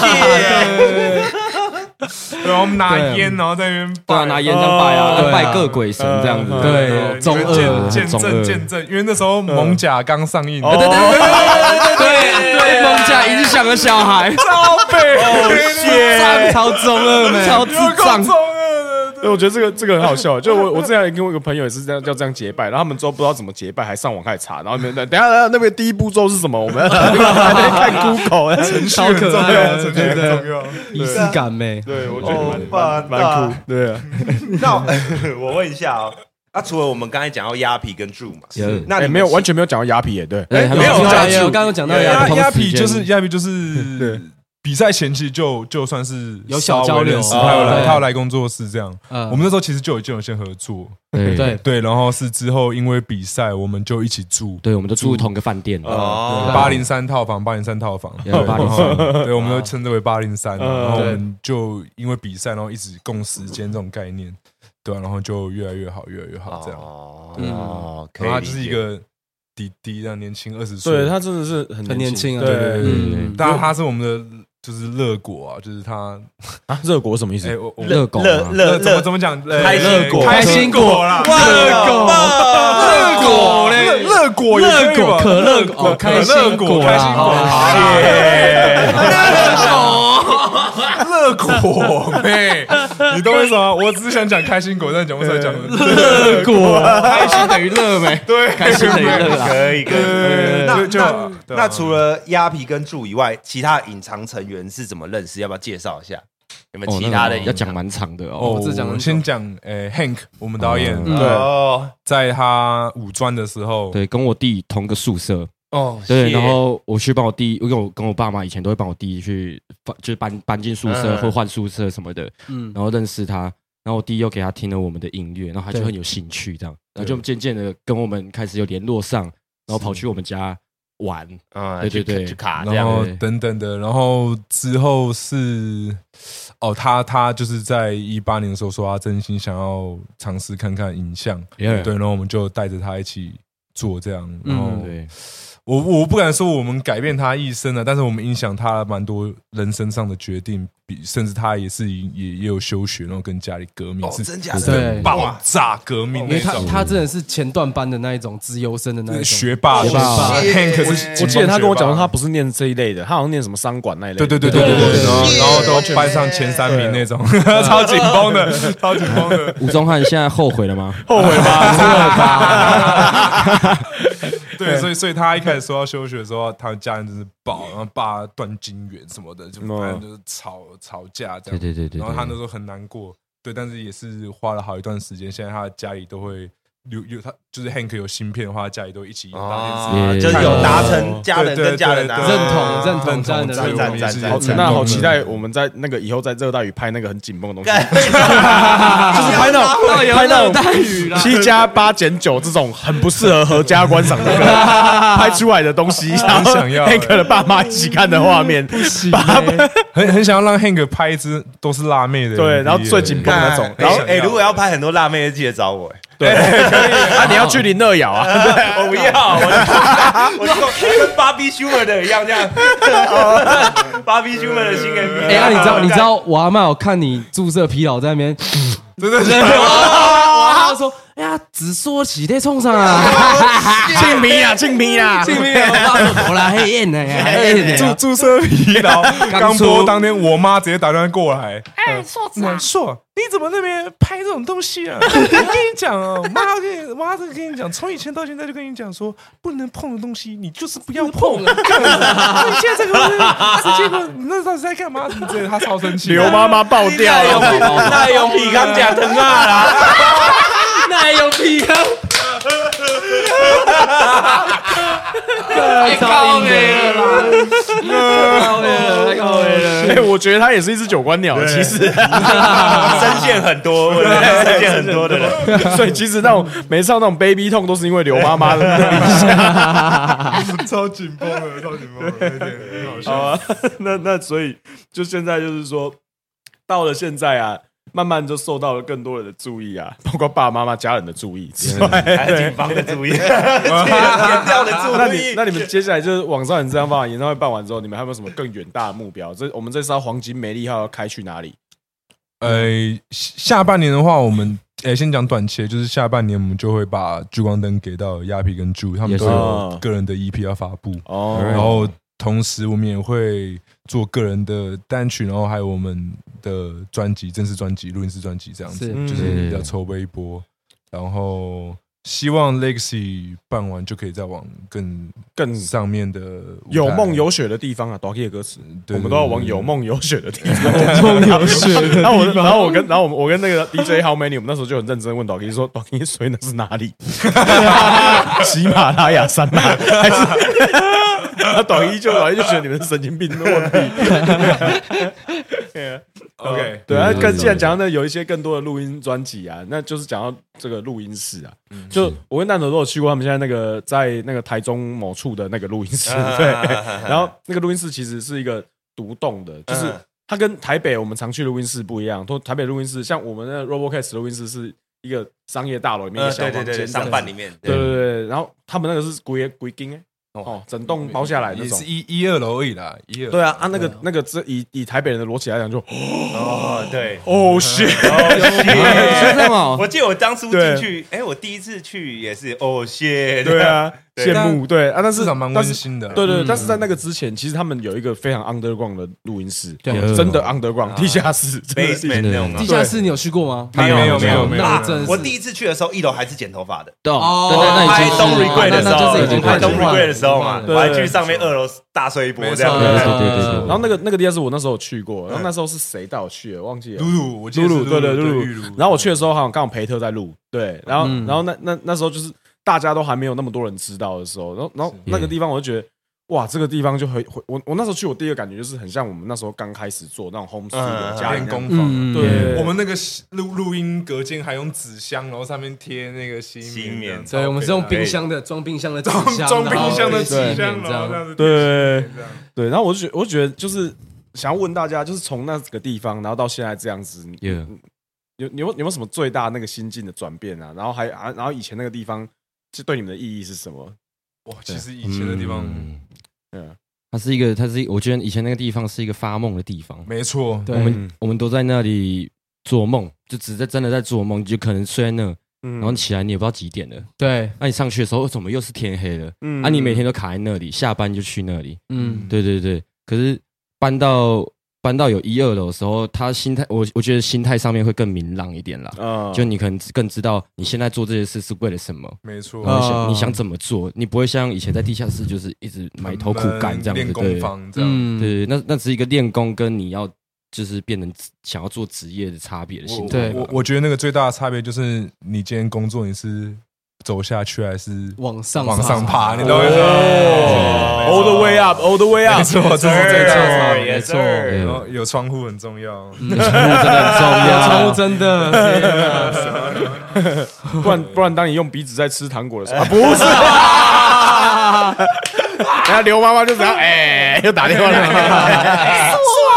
然后我们拿烟，然后在那边对啊，拿烟这样拜啊，拜各鬼神这样子。 对，中二见证见证，因为那时候蒙甲刚上映， 对对对对对，蒙甲影响了小孩， 超北， 超超中二，超智障。 我觉得这个这个很好笑，就我我之前跟我一个朋友也是这样要这样结拜，然后他们之后不知道怎么结拜，还上网开始查，然后等一下等一下那个第一步骤是什么？我们还在看 Google， 程序很重要，程序很重要，仪式感没？ 对，我觉得蛮蛮酷，对啊。 那我问一下哦。啊，除了我们刚才讲到鸭皮跟 Drew 嘛， 那你没有完全没有讲到鸭皮耶，对， 没有讲，我刚刚讲到鸭鸭皮就是鸭皮就是比赛前期就就算是有小交流， 他有来他有来工作室这样，我们那时候其实就已经有先合作， 对对，然后是之后因为比赛我们就一起住， 对，我们都住同个饭店， 八零三套房，八零三套房，八零三，对，我们都称之为八零三，然后我们就因为比赛，然后一直共时间这种概念。对、啊，然后就越来越好，越来越好，这样。哦，嗯，然后他就是一个弟弟，这样年轻二十岁， 对他真的是很很年轻啊， 对对对对。当然他是我们的就是乐果啊，就是他啊，热果什么意思？ 热狗， 乐乐怎么怎么讲？ 开心果， 开心果啦， 热狗，热果嘞， 热果， 热果，可乐果，开心果， 开心果， 热果。 乐果妹，你懂我意思吗？我只是想讲开心果，但讲不出来讲乐果，开心等于乐没？ 对， 开心等于乐， 可以可以。那就那那除了鸭皮跟柱以外，其他隐藏成员是怎么认识？要不要介绍一下？有没有其他的？ 要讲蛮长的哦。我讲先讲，诶 ，Hank， 我们导演，对，在他五专的时候， 对，跟我弟同个宿舍。 哦， 对，然后我去帮我弟，因为我跟我爸妈以前都会帮我弟去搬，就是搬搬进宿舍或换宿舍什么的，嗯，然后认识他，然后我弟又给他听了我们的音乐，然后他就很有兴趣，这样，然后就渐渐的跟我们开始有联络上，然后跑去我们家玩，啊，对对对， 去卡， 然后等等的，然后之后是，哦，他他就是在一八年的时候说他真心想要尝试看看影像，对，然后我们就带着他一起做这样，然后对。我我不敢说我们改变他一生了，但是我们影响他蛮多人生上的决定，比甚至他也是也也有休学，然后跟家里革命， 哦、 是真假的对爆炸革命那种， 因为他他真的是前段班的那一种资优生的那一种学霸，学霸。 Hank 是， 我记得他跟我讲说他不是念这一类的，他好像念什么商管那一类。 对对对对对对，然后然后都班上前三名那种，超紧绷的，超紧绷的。 吴宗翰现在后悔了吗？ 后悔吗？真的吧？ 对，所以所以他一开始说要休学的时候，他们家人真是爆，然后爸断金源什么的，就反正就是吵吵架这样。 对对对对。 然后他那时候很难过，对，但是也是花了好一段时间。现在他家里都会有有他，就是 Hank 有芯片的话，家里都一起打电视，就是有达成家人跟家人认同认同家人的认同。 好，那好期待我们在那个以后在热带雨拍那个很紧绷的东西，就是拍那种拍那种七加八减九这种很不适合合家观赏的拍出来的东西，然后 Hank 的爸妈一起看的画面，不行， 很很想要让 Hank 拍一支都是辣妹的， 对，然后最紧绷那种。 然后哎，如果要拍很多辣妹，记得找我。 对，可以。啊，你要去林乐瑶啊？ 我不要，我我跟芭比 Schumer 的一样，这样。芭比 Schumer 的新 M V。 哎，那你知道你知道我阿嬷有看你注射疲劳在那边， 真的是。 我阿嬷说：“哎呀，只说起在冲上啊， 庆迷啊，庆迷啊， 庆迷啊！我来黑燕呢， 注注射疲劳。刚播当天，我妈直接打电话过来，哎，硕子，硕，你怎么那边拍这种东西啊？我跟你讲哦，妈跟你妈这个跟你讲，从以前到现在就跟你讲说，不能碰的东西，你就是不要碰。你现在这个结果，你那到底在干嘛？什么之类的，她超生气， 刘妈妈爆掉了， 那用皮刚讲疼啊啦， 那用皮刚。 太靠北了啦！太靠北了，太靠北了。 哎，我觉得他也是一只九官鸟，其实声线很多，声线很多的人。 所以其实那种没唱那种 baby 痛，都是因为刘妈妈的影响，超紧绷的，超紧绷的，有点很好笑啊。那那所以就现在就是说，到了现在啊。慢慢就受到了更多人的注意啊，包括爸爸妈妈、家人的注意之外， 还有警方的注意，剪掉的注意。 那你那你们接下来就是网上人这样办演唱会办完之后，你们还有没有什么更远大的目标？这我们这艘黄金梅利号要开去哪里？ 呃，下半年的话，我们诶、欸、先讲短期，就是下半年我们就会把聚光灯给到亚皮跟 Drew， 他们都有个人的 E P 要发布，哦，然后同时我们也会做个人的单曲，然后还有我们的专辑、正式专辑、录音室专辑这样子，是就是要筹备一波，然后希望 Legacy 办完就可以再往更更上面的有梦有雪的地方啊 ，Doki 的歌词，我们都要往有梦有雪的地方， 有梦有雪的地方。 然后我，然后我跟，然后我我跟那个 D J How Many， 我们那时候就很认真问 Doki 说 ，Doki 所以那是哪里？喜马拉雅山脉还是？他短一就短一就觉得你们是神经病，问题。 OK， 对啊，更既然讲到那有一些更多的录音专辑啊，那就是讲到这个录音室啊。就我跟蛋头都有去过他们现在那个在那个台中某处的那个录音室，对。然后那个录音室其实是一个独栋的，就是它跟台北我们常去的录音室不一样。台北录音室像我们的 Robocast 录音室是一个商业大楼里面一个小房间， 商办里面。 对对对，然后他们那个是鬼鬼金哎。哦，整栋包下来那种， 也是一一二楼而已啦，一二。 对啊，啊那个那个这以以台北人的逻辑来讲就， 哦对， 哦 shit， 是这样哦。我记得我当初进去，哎，我第一次去也是哦 shit， 对啊，羡慕对啊，但是至少蛮温馨的。 对对，但是在那个之前，其实他们有一个非常 underground 的录音室，真的 underground 地下室， 那种地下室你有去过吗？ 没有没有没有没有。 我第一次去的时候，一楼还是剪头发的。 哦， 对对，那拍东 regret 的时候， 已经拍东 regret 的时候嘛，我还去上面二楼大睡一波这样。 对对对。然后那个那个地下室我那时候有去过，然后那时候是谁带我去的？忘记了。 露露，我记得露露，对对露露。然后我去的时候好像刚好培特在录，对，然后然后那那那时候就是大家都还没有那么多人知道的时候，然后然后那个地方我就觉得。哇，这个地方就很我我那时候去，我第一个感觉就是很像我们那时候刚开始做那种 home studio 家练工坊。 对， 我们那个录录音隔间还用纸箱，然后上面贴那个吸棉。 对，我们是用冰箱的装冰箱的纸箱， 装冰箱的纸箱这样子。 对对，然后我就觉我就觉得就是想要问大家，就是从那个地方，然后到现在这样子，有有有有没有什么最大那个心境的转变啊？然后还然后以前那个地方，就对你们的意义是什么？ 哇，其实以前的地方。 嗯，它是一个，它是我觉得以前那个地方是一个发梦的地方。 没错， 我们我们都在那里做梦，就只在真的在做梦，就可能睡在那，然后起来你也不知道几点了。 对， 那你上去的时候怎么又是天黑了？嗯，啊，你每天都卡在那里，下班就去那里。嗯，对对对。可是搬到搬到有一二楼的时候，他心态我我觉得心态上面会更明朗一点啦。啊，就你可能更知道你现在做这些事是为了什么。 没错， 你想你想怎么做，你不会像以前在地下室就是一直埋头苦干这样子。 练功房这样， 对，那那只是一个练功跟你要就是变成想要做职业的差别的心态。 我我觉得那个最大的差别就是你今天工作你是。走下去还是往上往上爬？你懂吗 ？All the way up, all the way up。 没错，这是最重要的， 没错。 然后有窗户很重要， 窗户真的很重要， 窗户真的。 不然不然，当你用鼻子在吃糖果的时候，不是。然后刘妈妈就这样，哎，又打电话来。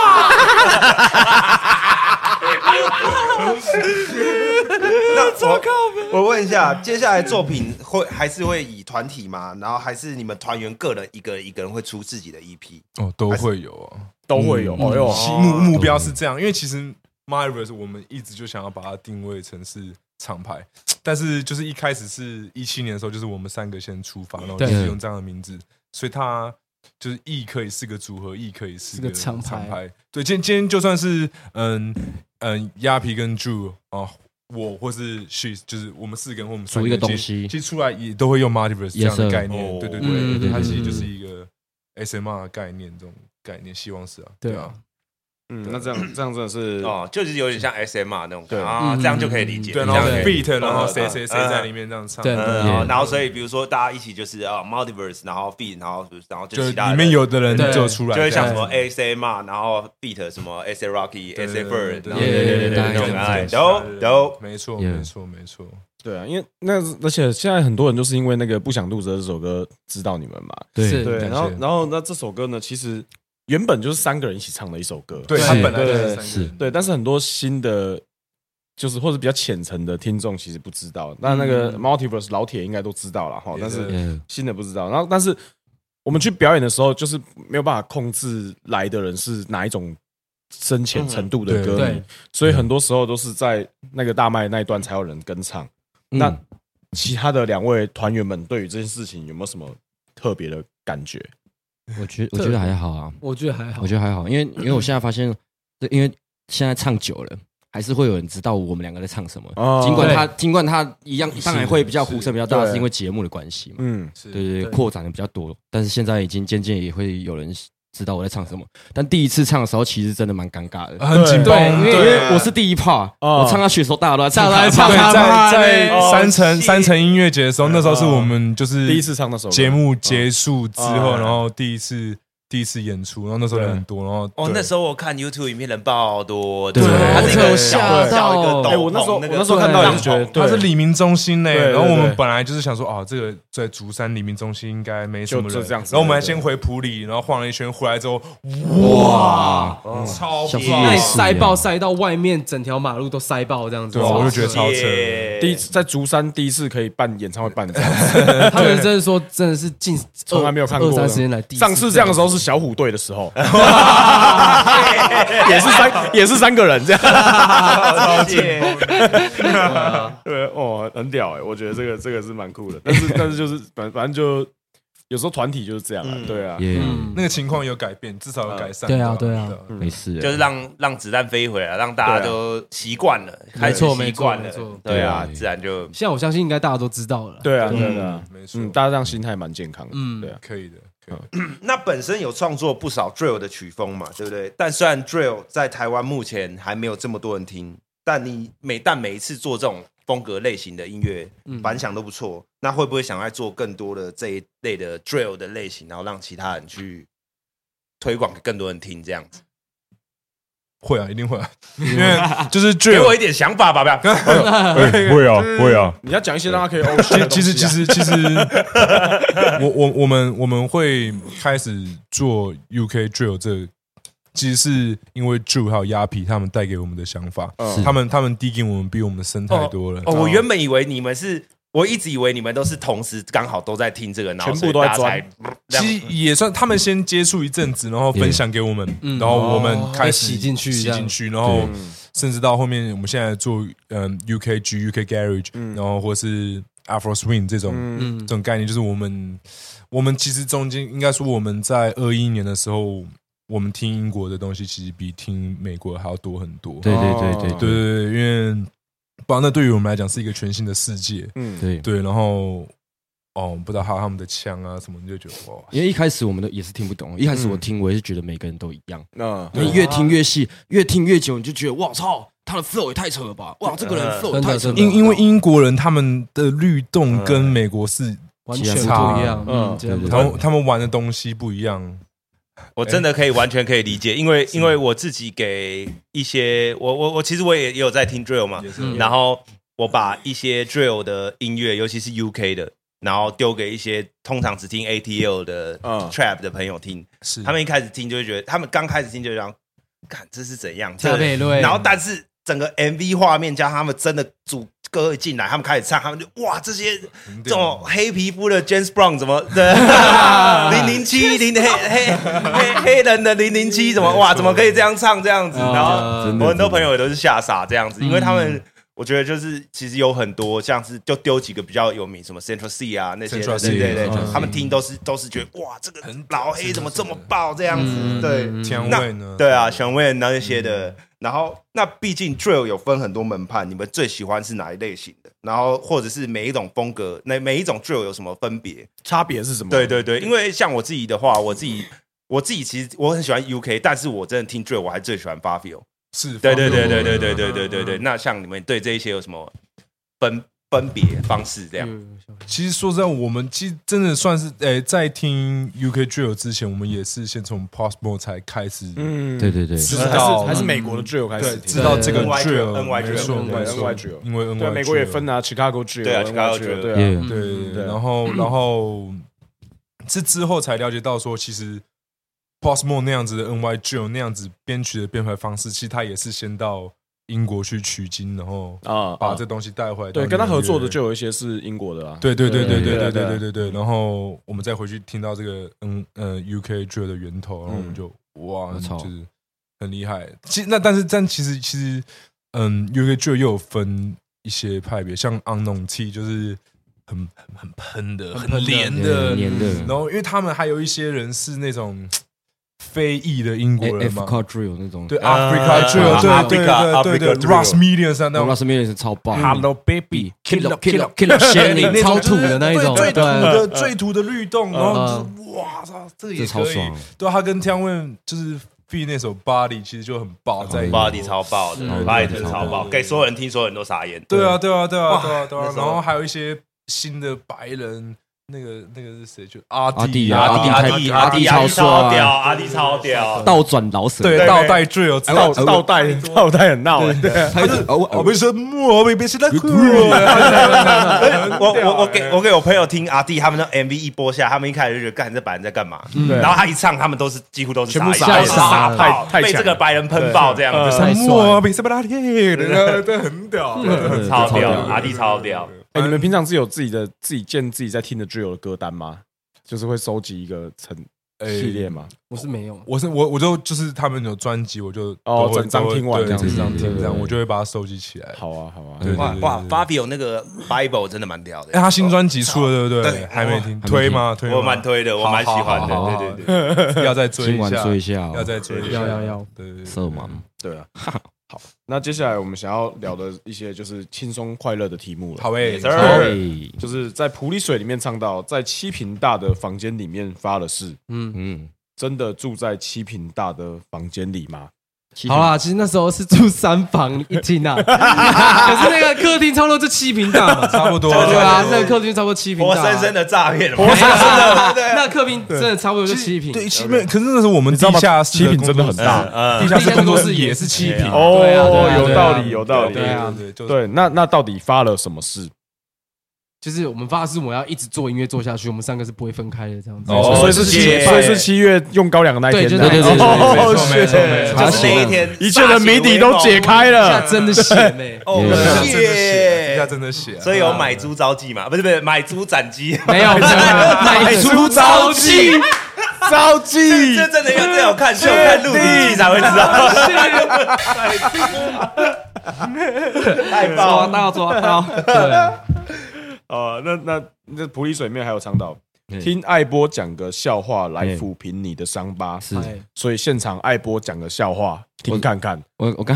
那我我问一下，接下来作品会还是会以团体吗？然后还是你们团员个人一个一个人会出自己的 E P？ 哦，都会有啊， 都会有。哦哟， 目目标是这样，因为其实 Marvelous 我们一直就想要把它定位成是厂牌，但是就是一开始是一七年的时候，就是我们三个先出发，然后就是用这样的名字，所以它。就是 E 可以是个组合 ，E 可以是个厂牌。对，今天今天就算是嗯嗯鸭皮跟 Drew 啊，我或是 She， 就是我们四个人或我们三个一个东西， 其实出来也都会用 Multiverse 这样的概念。对对对，它其实就是一个 S M R 的概念，这种概念，希望是啊，对啊。 嗯，那这样这样真的是哦，就是有点像 S M R 那种，对啊，这样就可以理解。 对，然后 beat， 然后谁谁谁在里面这样唱， 对， 然后所以比如说大家一起就是啊 multiverse， 然后 beat， 然后然后就其他里面有的人就出来， 就会像什么 S M R， 然后 beat 什么 S A Rocky，S A Bird， 对对对对，那种哎，都都没错没错没错， 对啊，因为那而且现在很多人就是因为那个不想录这这首歌知道你们嘛， 对对，然后然后那这首歌呢，其实。原本就是三个人一起唱的一首歌， 对，他本来就是三个人， 对，但是很多新的，就是或者比较浅层的听众其实不知道，那那个 Multiverse 老铁应该都知道了哈，但是新的不知道。然后，但是我们去表演的时候，就是没有办法控制来的人是哪一种深浅程度的歌迷，所以很多时候都是在那个大麦那一段才有人跟唱。那其他的两位团员们对于这件事情有没有什么特别的感觉？ 我觉得我觉得还好啊， 我觉得还好， 我觉得还好，因为因为我现在发现，因为现在唱久了。还是会有人知道我们两个在唱什么，哦、尽管他尽管他一样，当然会比较呼声比较大，是因为节目的关系嘛。嗯，对对对，扩展的比较多，但是现在已经渐渐也会有人知道我在唱什么。但第一次唱的时候，其实真的蛮尴尬的， 很紧绷， 因为因为我是第一 part，、哦、我唱下去的时候，大家都在唱， 在唱， 对，在在三层三层音乐节的时候，那时候是我们就是第一次唱那首节目结束之后，然后第一次。第一次演出，然后那时候人很多，然后哦，那时候我看 YouTube 影片人爆多， 对， 他是一个小小一个斗，我那时候我那时候看到也是觉得他是黎明中心呢，然后我们本来就是想说啊，这个在竹山黎明中心应该没什么人， 这样子， 然后我们还先回埔里，然后晃了一圈，回来之后， 哇， 超棒，那塞爆塞到外面，整条马路都塞爆这样子， 对，我就觉得超扯。 第一次在竹山第一次可以办演唱会办这样子，他们真的说真的是近从来没有看过， 二三十年来第一次， 上次这样的时候是小虎队的时候。也是三，也是三个人这样，对哦，很屌哎，我觉得这个这个是蛮酷的，但是但是就是反反正就有时候团体就是这样啊，对啊， 那个情况有改变，至少有改善， 对啊对啊， 没事， 就是让让子弹飞回来，让大家都习惯了，开始习惯了，对啊，自然就现在我相信应该大家都知道了， 对啊对啊，没错，大家这样心态蛮健康的，嗯，对啊， 可以的。 那本身有创作不少 drill 的曲风嘛，对不对？但虽然 drill 在台湾目前还没有这么多人听，但你每但每一次做这种风格类型的音乐，反响都不错。那会不会想要做更多的这一类的 drill 的类型，然后让其他人去推广给更多人听，这样子？ 会啊，一定会啊，因为就是 drill， 给我一点想法吧，不要。 会啊，会啊， 你要讲一些让他可以。 其实，其实，其实，我我我们我们会开始做 U K drill 这，其实是因为 Drew 还有鸭皮他们带给我们的想法，他们他们递给我们比我们的深太多了。 哦，我原本以为你们是。我一直以为你们都是同时刚好都在听这个，然后全部都在钻。 其实也算他们先接触一阵子，然后分享给我们，嗯、然后我们开始洗进去， 洗进去，然后甚至到后面我们现在做嗯 U K G、U K Garage，、嗯、然后或是 Afro Swing 这种、嗯、这种概念，就是我们我们其实中间应该说我们在二一年的时候，我们听英国的东西其实比听美国还要多很多。 对对对对对对对，因为。不然那对于我们来讲是一个全新的世界， 嗯，对对，然后哦，不知道还有他们的枪啊什么，你就觉得哇， 因为一开始我们都也是听不懂，一开始我听我也是觉得每个人都一样，嗯，你越听越细，越听越久，你就觉得哇操，他的 flow 也太扯了吧，哇，这个人 flow 也太扯了， 因因为英国人他们的律动跟美国是完全不一样，嗯， 他们他们玩的东西不一样。 我真的可以完全可以理解，因为因为我自己给一些我我我其实我也也有在听 drill 嘛，然后我把一些 drill 的音乐，尤其是 U K 的，然后丢给一些通常只听 A T L 的 trap 的朋友听，是他们一开始听就会觉得，他们刚开始听就这样，看这是怎样，然后但是整个 M V 画面加他们真的主歌一进来，他们开始唱，他们就哇，这些这种黑皮肤的 James Brown 怎么的零零七零黑黑黑黑人的零零七怎么哇，怎么可以这样唱这样子？然后我很多朋友也都是吓傻这样子，因为他们我觉得就是其实有很多像是就丢几个比较有名什么 Central C 啊那些，对对对，他们听都是都是觉得哇，这个老黑怎么这么爆这样子？对， 香味呢？ 对啊，香味那些的。然后，那毕竟 drill 有分很多门派，你们最喜欢是哪一类型的？然后，或者是每一种风格，那每一种 drill 有什么分别？ 差别是什么？ 对对对，因为像我自己的话，我自己我自己其实我很喜欢 U K， 但是我真的听 drill 我还最喜欢 Fabio。 是， 对对对对对对对对对对。那像你们对这一些有什么分分别方式？这样？ 其实说实在，我们其实真的算是诶，在听 U K drill 之前，我们也是先从 Post Mode 才开始， 嗯，对对对， 知道还是美国的 drill 开始， 知道这个 drill，N Y drill， 因为 N Y 对美国也分啊 ，Chicago drill， 对啊 ，Chicago drill， 对对对对，然后然后是之后才了解到说，其实 Post Mode 那样子的 N Y drill 那样子编曲的编排方式，其实他也是先到英国去取经，然后啊把这东西带回来。 对，跟他合作的就有一些是英国的啊。 对对对对对对对对对对。然后我们再回去听到这个嗯呃 U K drill 的源头，然后我们就哇，就是很厉害。其实那但是但其实其实嗯 U K drill 又有分一些派别，像 Unknown T 就是很很很喷的、很黏的、 黏的。 然后因为他们还有一些人是那种非裔的英国人嘛 ，Africa Drill 那种， 对 ，Africa Drill， 对对对对对 ，Ross Millions 那种 ，Ross Millions 是超棒 ，Hello Baby，Kill Kill Kill Shelly 超土的那一种， 最土的最土的律动，然后就是哇操，这个也超爽。 对，他跟 Tianwen 就是 feat 那首 Body 其实就很爆，在 Body 超爆的 ，Body 真的超爆，给所有人听，所有人都傻眼。 对啊对啊对啊对啊对啊，然后还有一些新的白人。那个那个是谁？就阿弟阿弟阿弟阿弟超屌，阿弟超屌， 倒转老舍， 对倒带 drill， 倒倒带倒带很闹，对， 他是我为什么我被别人哭？ 我我我给我给我朋友听阿弟他们的 M V 一播下，他们一开始就觉得干这白人在干嘛，然后他一唱，他们都是几乎都是全部傻傻爆，被这个白人喷爆这样子， 什么被什么拉铁，对，很屌， 超屌，阿弟超屌。 哎，你们平常是有自己的自己建自己在听的 drill 的歌单吗？就是会收集一个成系列吗？ 我是没有， 我是我我就就是他们有专辑，我就哦整张听完这样， 整张听这样，我就会把它收集起来。 好啊，好啊。 哇哇 ，Fabio 那个 Bible 真的蛮屌的。 哎，他新专辑出了，对不对？还没听，推吗？推， 我蛮推的，我蛮喜欢的。对对对， 要再追一下， 追一下， 要再追一下， 要要要， 对， 色盲， 对啊。好，那接下来我们想要聊的一些就是轻松快乐的题目了。 好诶， 就是在普里水里面唱到，在七坪大的房间里面发的誓。嗯嗯，真的住在七坪大的房间里吗？ 好啦，其实那时候是住三房一厅啊，可是那个客厅差不多就七坪大嘛， 差不多。 对啊，那个客厅差不多七坪大， 活生生的诈骗， 活生生的。那客厅真的差不多就七坪。 对，七坪。可是那时候我们地下室七坪真的很大， 地下室工作室也是七坪。 哦，有道理，有道理。 对啊， 对，那那到底发了什么事？ 就是我们发誓，我们要一直做音乐做下去，我们三个是不会分开的这样子。 哦，所以是七，所以是七月用高粱的那一天。 对对对对， 没错没错没错， 就是那一天， 一切的谜底都解开了。 下真的写呢， 哦耶，下真的写。 所以有买猪招妓嘛？不是不是，买猪斩鸡。 没有，买猪招妓， 招妓， 这真的要这样看秀看录影机才会知道。太抓到抓到， 对。 呃，那那那普里水面还有唱到，听艾波讲个笑话来抚平你的伤疤，是，所以现场艾波讲个笑话，听看看。 我我刚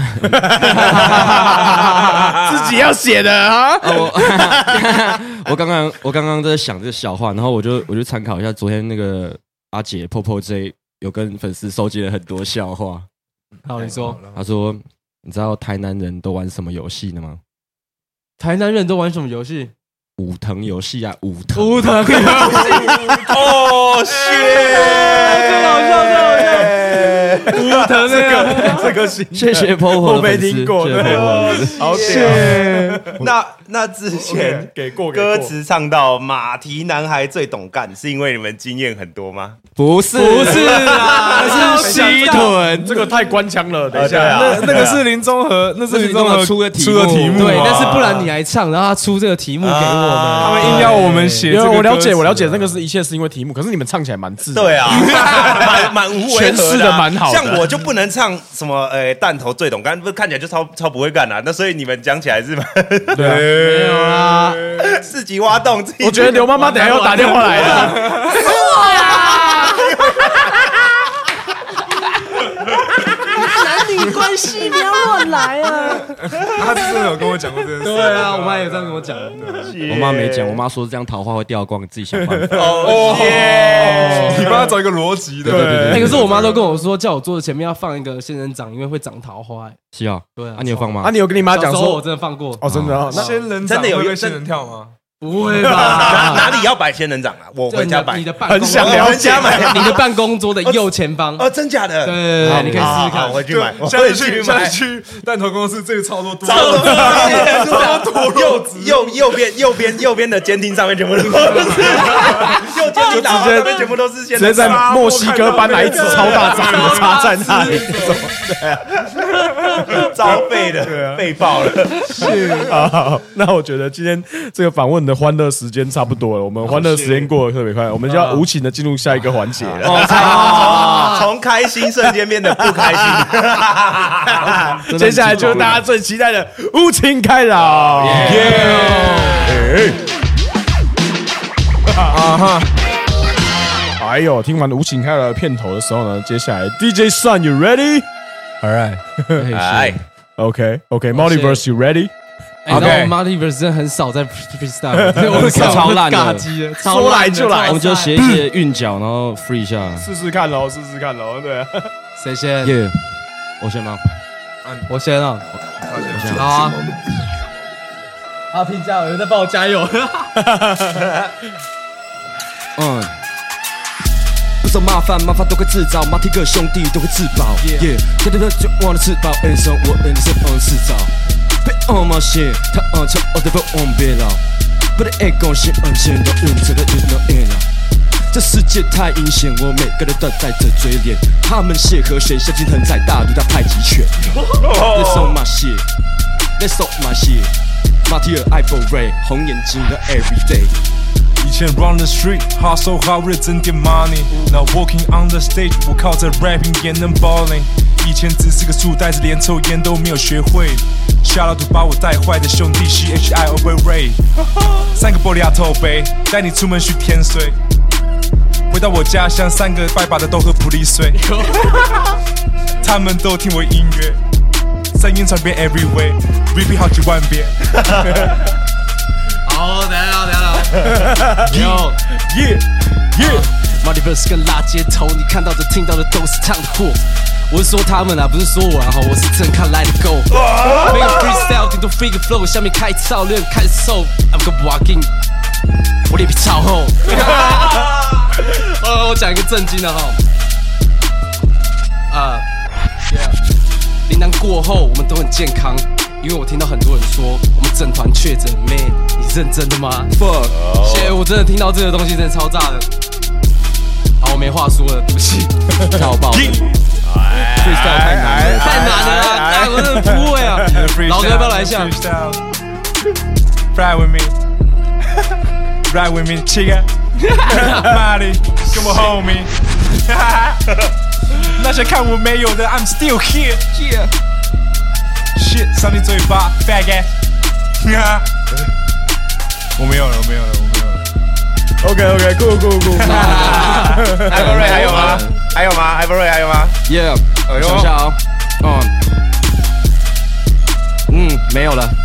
自己要写的啊！ 我刚刚我刚刚在想这个笑话，然后我就我就参考一下昨天那个阿姐 Popo J 有跟粉丝收集了很多笑话。 好，你说， 他说你知道台南人都玩什么游戏的吗？ 台南人都玩什么游戏？ 武藤游戏啊，武藤， 武藤游戏， 哦，谢， 最好笑，最好笑，武藤这个这个行， 谢谢 Popo， 我没听过，好谢。那那之前给过歌词唱到马蹄男孩最懂干，是因为你们经验很多吗？ 不是， 不是啦， 是西屯， 这个太官腔了。等一下， 那那个是林中和，那是林中和出的题出的题目， 对，但是不然你来唱，然后他出这个题目给我们， 他们硬要我们写。 因为我了解，我了解，那个是一切是因为题目，可是你们唱起来蛮自然。 对啊，蛮蛮无违和诠释的蛮好的。 像我就不能唱什么呃弹头最懂干，不看起来就超超不会干啊。那所以你们讲起来是吗？ 对啊， 没有啦， 自己挖洞。 我觉得刘妈妈等下要打电话来了。 错呀！男女关系不要乱来啊！ 他是真的有跟我讲过这件事。 对啊，我妈也这样跟我讲。 我妈没讲，我妈说这样桃花会掉光，自己想办法。 哦耶！ 你帮他找一个逻辑的。 对对对。 那个是我妈都跟我说，叫我桌子前面要放一个仙人掌，因为会长桃花。 是啊， 对啊。 啊，你有放吗？ 啊，你有跟你妈讲说， 我真的放过。 哦，真的。 那仙人掌会被仙人跳吗？ 不会吧？ 哪里要摆仙人掌啊？我回家摆。 你的办公很想了解买你的办公桌的右前方。 哦，真假的？ 对对对，你可以试试看。 我回去买。 下次去下次去弹头公司，这个超多多， 超多多右右右边右边右边的监听上面全部都是，右监听打上面全部都是仙人掌。 直接在墨西哥搬来一只超大蟑螂插在那里， 对啊，遭废的，被爆了。 是啊，那我觉得今天这个访问的欢乐时间差不多了，我们欢乐时间过得特别快，我们就要无情的进入下一个环节了。 从开心瞬间变得不开心，接下来就是大家最期待的无情开朗。 啊哈！ 哎呦，听完无情开了片头的时候呢，接下来 D J Sun you ready? All right， 哎 OK OK Multiverse you ready? 哎，然后 Multiverse 真的很少在 freestyle， 我超烂的， 尬机了， 说来就来， 我们就写一些韵脚，然后 free 一下， 试试看喽，试试看喽，对啊。 谁先？ 耶，我先吗？ 我先啊， 我先。 好啊。阿平加油，有人在帮我加油。 嗯。不找麻烦，麻烦都会自找，马蹄哥兄弟都会自保。耶，对对对，就忘了吃饱，恩上我恩是恩是早。别on my shit， 他 on 车我都不 on 别老，不得爱讲些恩钱的运这个运到 end 了。这世界太阴险，我每个人都带着嘴脸。他们谢和弦，萧敬腾在大陆打太极拳。Let's on my shit，Let's on my shit， 马蹄尔爱 for Ray， 红眼睛的 everyday。 以前 run the street hustle hard 认真点 money， Now walking on the stage， 我靠着 rapping 也能 balling。以前只是个书呆子，连抽烟都没有学会。Shout out to 把我带坏的兄弟 C H I over Ray， 三个玻璃牙头杯，带你出门去天水。回到我家乡，三个拜把的都喝普利水。他们都听我音乐，声音传遍 everywhere，repeat 好几万遍。 好，等一下，等一下，有耶耶 ，Multiverse 跟辣街头，你看到的、听到的都是唱的货。我是说他们啊，不是说我啊，我是真看来的 go。没有 freestyle， 顶多 freak flow， 下面开操练开始瘦 ，I'm go walking， 我脸皮超厚。哦，我讲一个正经的哈，啊 ，yeah， 铃铛过后我们都很健康。因为我听到很多人说我们整团确诊 ，man， 你认真的吗 ？Fuck， 谢，我真的听到这个东西真的超炸的。好，我没话说了，对不起，超爆。freestyle 太难了，太难了啊！哎，我真的不会啊。老哥，要不要来一下 ？Ride with me，ride with me， chica， 妈的，跟我 homie， 那些看我没有的 ，I'm still here，yeah。Shit， 上你嘴巴 ，bad ass， 我没有了，我没有了，我没有了。 OK OK， cool cool cool。Ivory 还有吗？还有吗 ？Ivory 还有吗 ？Yeah， 我想一下哦，嗯，嗯，没有了。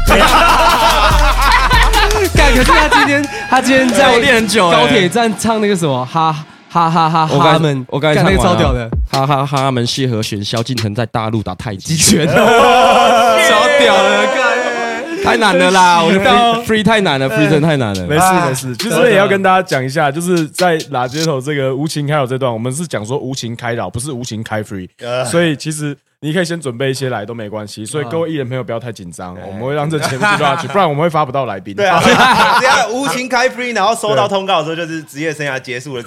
干，可是他今天他今天在练很久， 高铁站唱那个什么哈。哈哈哈！哈们， 我刚才那个超屌的， 哈哈哈们谢和弦，萧敬腾在大陆打太极拳，超屌的， 太难了啦！我觉得 free 太难了 ，free 真的太难了。 没事没事，就是也要跟大家讲一下，就是在拉街头这个无情开扰这段，我们是讲说无情开扰，不是无情开 free， 所以其实。你可以先准备一些来都没关系，所以各位艺人朋友不要太紧张，我们会让这节目继续下去，不然我们会发不到来宾。 对啊，只要无情开 free， 然后收到通告的时候，就是职业生涯结束了。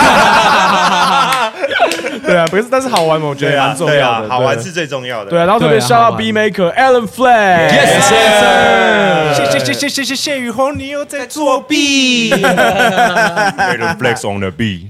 对啊，不是，但是好玩，我觉得蛮重要的， 好玩是最重要的。 对啊，然后特别 shout out B Maker Alan Flag，Yes， 谢谢谢谢谢谢谢雨虹，你又在作弊。Alan Flex on the beat，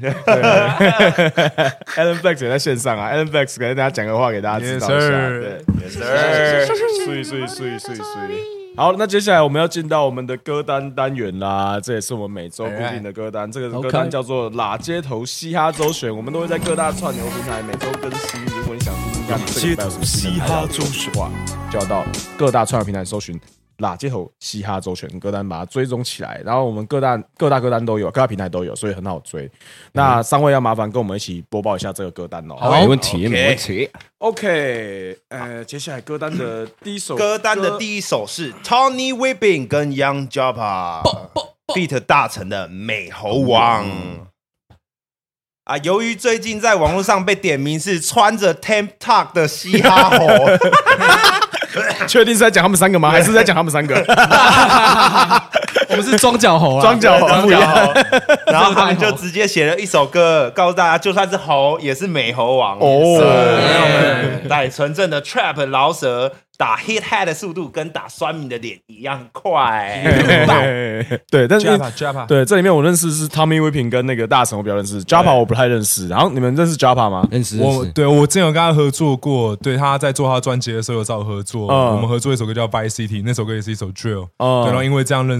Alan Flex 也在线上啊 ，Alan Flex 给大家讲个话给大家知道一下，对 ，Yes sir， 睡睡睡睡睡。好，那接下来我们要进到我们的歌单单元啦，这也是我们每周固定的歌单。这个歌单叫做《拉街头嘻哈周选》，我们都会在各大串流平台每周更新。如果你想听听看这个礼拜有什么嘻哈周选的话，就要到各大串流平台搜寻。拉街头嘻哈周全歌单，把它追踪起来，然后我们各大各大歌单都有，各大平台都有，所以很好追。那三位要麻烦跟我们一起播报一下这个歌单哦。 好，没问题，没问题。 OK， 呃，接下来歌单的第一首歌单的第一首是 Tony Whipping 跟 Young Japa feat 大成的《美猴王》啊。由于最近在网络上被点名是穿着 Tank Top 的嘻哈猴。 确定是在讲他们三个吗？还是在讲他们三个？ 我们是装脚猴啊， 装脚猴， 装脚猴。然后他们就直接写了一首歌，告诉大家，就算是猴，也是美猴王哦。带纯正的 trap 饶舌，打 hit head 的速度跟打酸民的脸一样快。 对，但是 Japa Japa 对这里面我认识是 Tommy Whipping 跟那个大成，我比较认识 Japa 我不太认识。然后你们认识 Japa 吗？ 认识。 我对我之前有跟他合作过，对他在做他专辑的时候有找我合作，我们合作一首歌叫 Vice City， 那首歌也是一首 drill。对，然后因为这样认识他。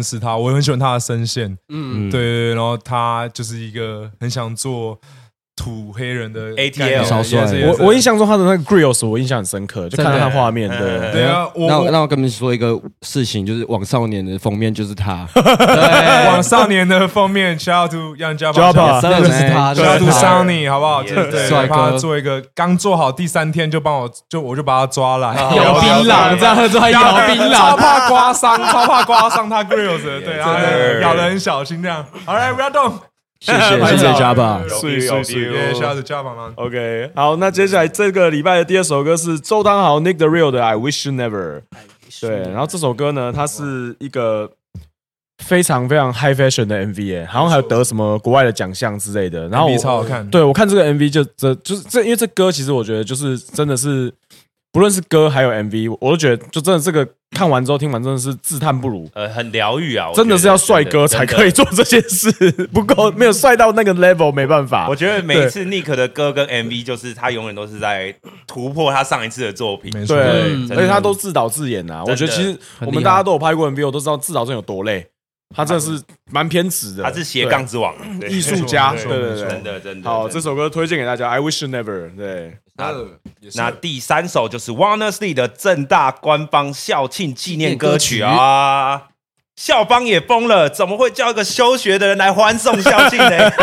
我很喜欢他的声线，嗯，对对，然后他就是一个很想做土黑人的 A T L， 超帅。 我我印象中他的那个 Grills 我印象很深刻，就看到他画面，对对啊。 那那我跟你们说一个事情，就是《网少年》的封面就是他， 对，网少年的封面 ，Shout out to Young Jabba， 真的是他 ，Shout out to Sunny， 好不好？对， 帅哥， 做一个刚做好第三天就帮我，就我就把他抓来， 摇槟榔这样，抓摇槟榔， 超怕刮伤，超怕刮伤他 Grills， 对啊，咬得很小心这样。All right， 不要动。 谢谢谢谢 Jabba， 是是是， 谢谢 Jabba 吗 ？OK， 好，那接下来这个礼拜的第二首歌是周汤豪 Nick the Real 的《I Wish You Never》。对，然后这首歌呢，它是一个非常非常 high fashion 的 M V， 哎，好像还有得什么国外的奖项之类的。然后我超好看， 对我看这个 M V 就这就是这，因为这歌其实我觉得就是真的是。不论是歌还有 M V， 我都觉得就真的这个看完之后听完真的是自叹不如， 呃，很疗愈啊！ 真的是要帅哥才可以做这些事，不够没有帅到那个 level 没办法。 我觉得每一次 Nick 的歌跟 M V， 就是他永远都是在突破他上一次的作品， 对，而且他都自导自演啊。我觉得其实我们大家都有拍过 M V， 我都知道自导真有多累。他真的是蛮偏执的， 他是斜杠之王， 艺术家，对对对， 真的真的。 好，这首歌推荐给大家 ，I Wish You Never。对， 那那第三首就是 Warner Lee 的正大官方校庆纪念歌曲啊，校方也疯了，怎么会叫一个休学的人来欢送校庆呢？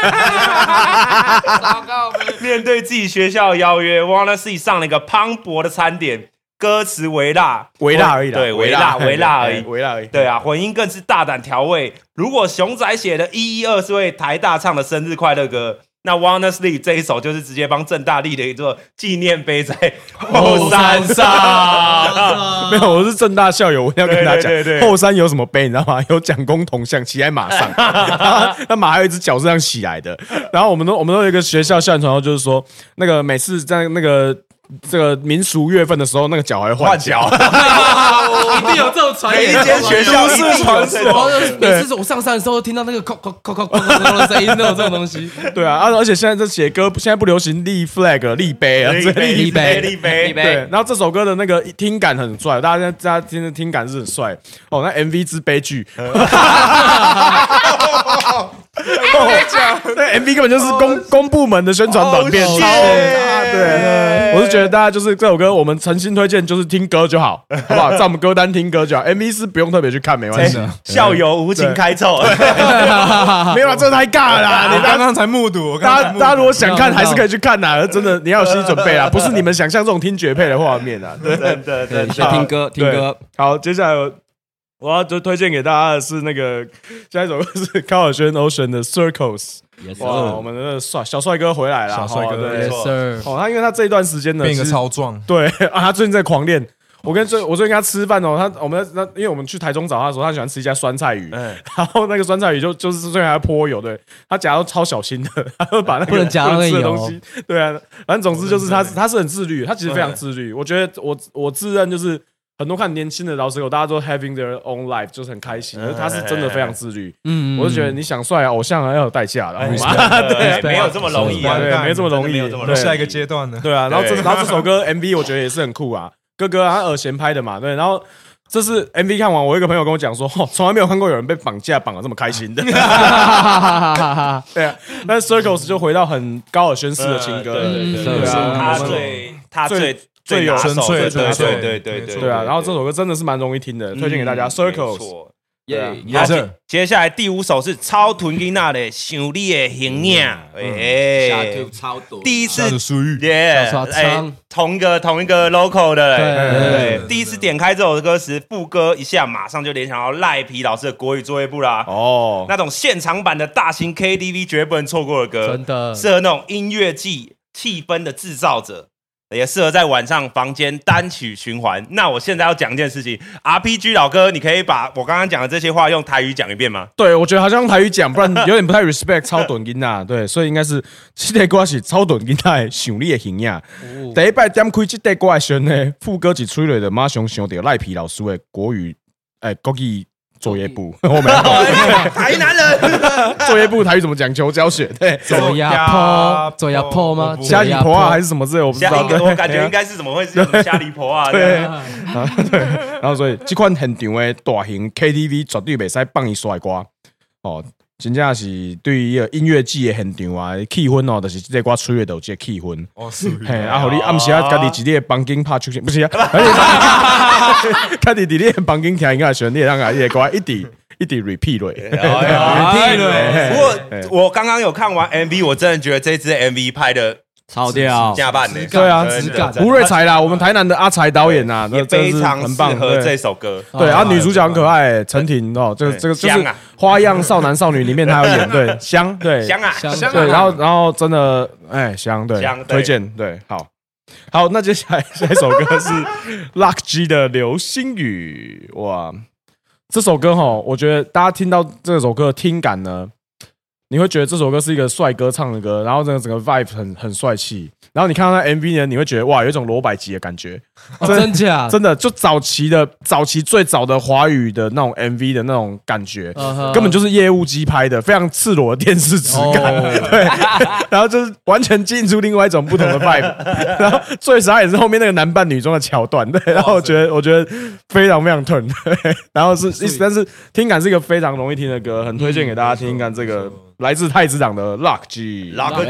面对自己学校的邀约 ，Warner Lee 上了一个磅礴的餐点。歌词微辣， 微辣而已啦， 对，微辣，微辣而已， 微辣而已。 对啊，混音更是大胆调味。如果熊仔写的一一二是为台大唱的生日快乐歌，那 Warner Lee 这一首就是直接帮正大立了一座纪念碑在后山上。 没有，我是正大校友，我要跟他讲，后山有什么碑你知道吗？有蒋公铜像骑在马上，那马还有一只脚是这样起来的。然后我们都我们都有一个学校校园传说，就是说那个每次在那个。这个民俗月份的时候，那个脚还会换脚， 一定有这种传言。 每一间学校是传说， 每次我上山的时候听到那个扣扣扣扣扣扣的声音，都有这种东西。 对啊，而且现在这写歌，现在不流行立 flag 立碑啊， 立碑立碑立碑。 对，然后这首歌的那个听感很帅，大家现在大家听的听感是很帅哦。那 M V 之悲剧。我讲，那 M V 根本就是公公部门的宣传短片，超对，我是觉得大家就是这首歌，我们诚心推荐，就是听歌就好，好不好？在我们歌单听歌就好 ，M V 是不用特别去看，没关系。 校友无情开臭， 没有啦，这太尬了啦！ 你刚刚才目睹， 大家大家如果想看，还是可以去看呐。真的，你要有心理准备啊，不是你们想象这种听绝配的画面啊。 真的，真的， 听歌听歌。 好，接下来。我要就推荐给大家的是那个下一首歌是高尔宣 Ocean 的 Circles， 哇，我们的帅小帅哥回来了， 小帅哥， 对，哦，他因为他这一段时间呢， 变一个超壮， 对啊，他最近在狂练。我跟最我最近跟他吃饭哦，他我们那因为我们去台中找他的时候，他喜欢吃一家酸菜鱼，嗯、然后那个酸菜鱼就就是最近还泼油，对，他夹都超小心的，他会把那个不能夹那个东西，对啊，反正总之就是他他是很自律，他其实非常自律。我觉得我我自认就是。很多看年轻的饶舌狗，大家都 having their own life， 就是很开心。可是他是真的非常自律，嗯，我就觉得你想帅，偶像要有代价的， 对，没有这么容易， 对，没这么容易， 对， 下一个阶段呢？ 对啊，然后这然后这首歌 M V 我觉得也是很酷啊，哥哥他耳弦拍的嘛，对，然后这是 M V 看完，我有一个朋友跟我讲说，哦，从来没有看过有人被绑架绑得这么开心的，对啊，但是 Circles 就回到很高尔宣式的情歌， 对啊，他最他最。 最有纯粹， 对对对对对对啊！然后这首歌真的是蛮容易听的，推荐给大家。Circles， 耶！好，接下来第五首是超屯吉娜的《想你的形影》，哎， 超多， 第一次耶， 哎，同一个同一个 local 的，对，第一次点开这首歌时，副歌一下马上就联想到赖皮老师的国语作业簿啦，哦，那种现场版的大型 K T V 绝对不能错过的歌， 真的适合那种音乐季气氛的制造者。也适合在晚上房间单曲循环。那我现在要讲一件事情 ，R P G 老哥，你可以把我刚刚讲的这些话用台语讲一遍吗？ 对，我觉得好像用台语讲，不然有点不太 respect 超短音呐。对，所以应该是这首歌是超短音的想你的形影。第一摆点开这首歌的时候呢，副歌一出来的马上想到赖皮老师的国语诶国语作业部，我没有。 台南人， 作业部台语怎么讲？求教学，对， 走压坡，走压坡吗？ 虾里婆啊，还是什么之类，我不知道。 我感觉应该是怎么会是虾里婆啊？ 对，然后所以这款现场的大型 K T V 绝对袂使放伊帅歌哦。真正是对于音乐季的现场啊，气氛哦，就是这歌吹的都有这气氛。 哦，是。 嘿，啊，互你暗时啊，家己一个房间拍手，不是啊，家己伫你的房间听音乐旋律，让啊，这歌一直一直 repeat 落 ，repeat 落。不过我刚刚有看完 M V， 我真的觉得这支 M V 拍的。 超屌， 加办的， 对啊，质感。吴瑞才啦，我们台南的阿才导演呐， 也非常适合这首歌。 对啊，女主角很可爱，陈婷哦，这个这个就是《花样少男少女》里面她有演，对，香，对， 香啊， 香，对，然后然后真的，哎，香，对，推荐，对，好，好，那接下来下一首歌是 Luck G 的《流星雨》，哇，这首歌哈，我觉得大家听到这首歌的听感呢。你会觉得这首歌是一个帅哥唱的歌，然后整个整个 vibe 很很帅气，然后你看到那 M V 呢，你会觉得哇，有一种罗百吉的感觉， 哦、真假？ 真的就早期的早期最早的华语的那种 M V 的那种感觉， uh-huh. 根本就是业务机拍的，非常赤裸的电视质感， oh. 对，然后就是完全进出另外一种不同的 vibe， 然后最傻也是后面那个男扮女装的桥段，对，然后我觉得我觉得非常非常 turn， 然后是但是听感是一个非常容易听的歌，很推荐给大家听听看这个。来自太子党的 Luck G，Luck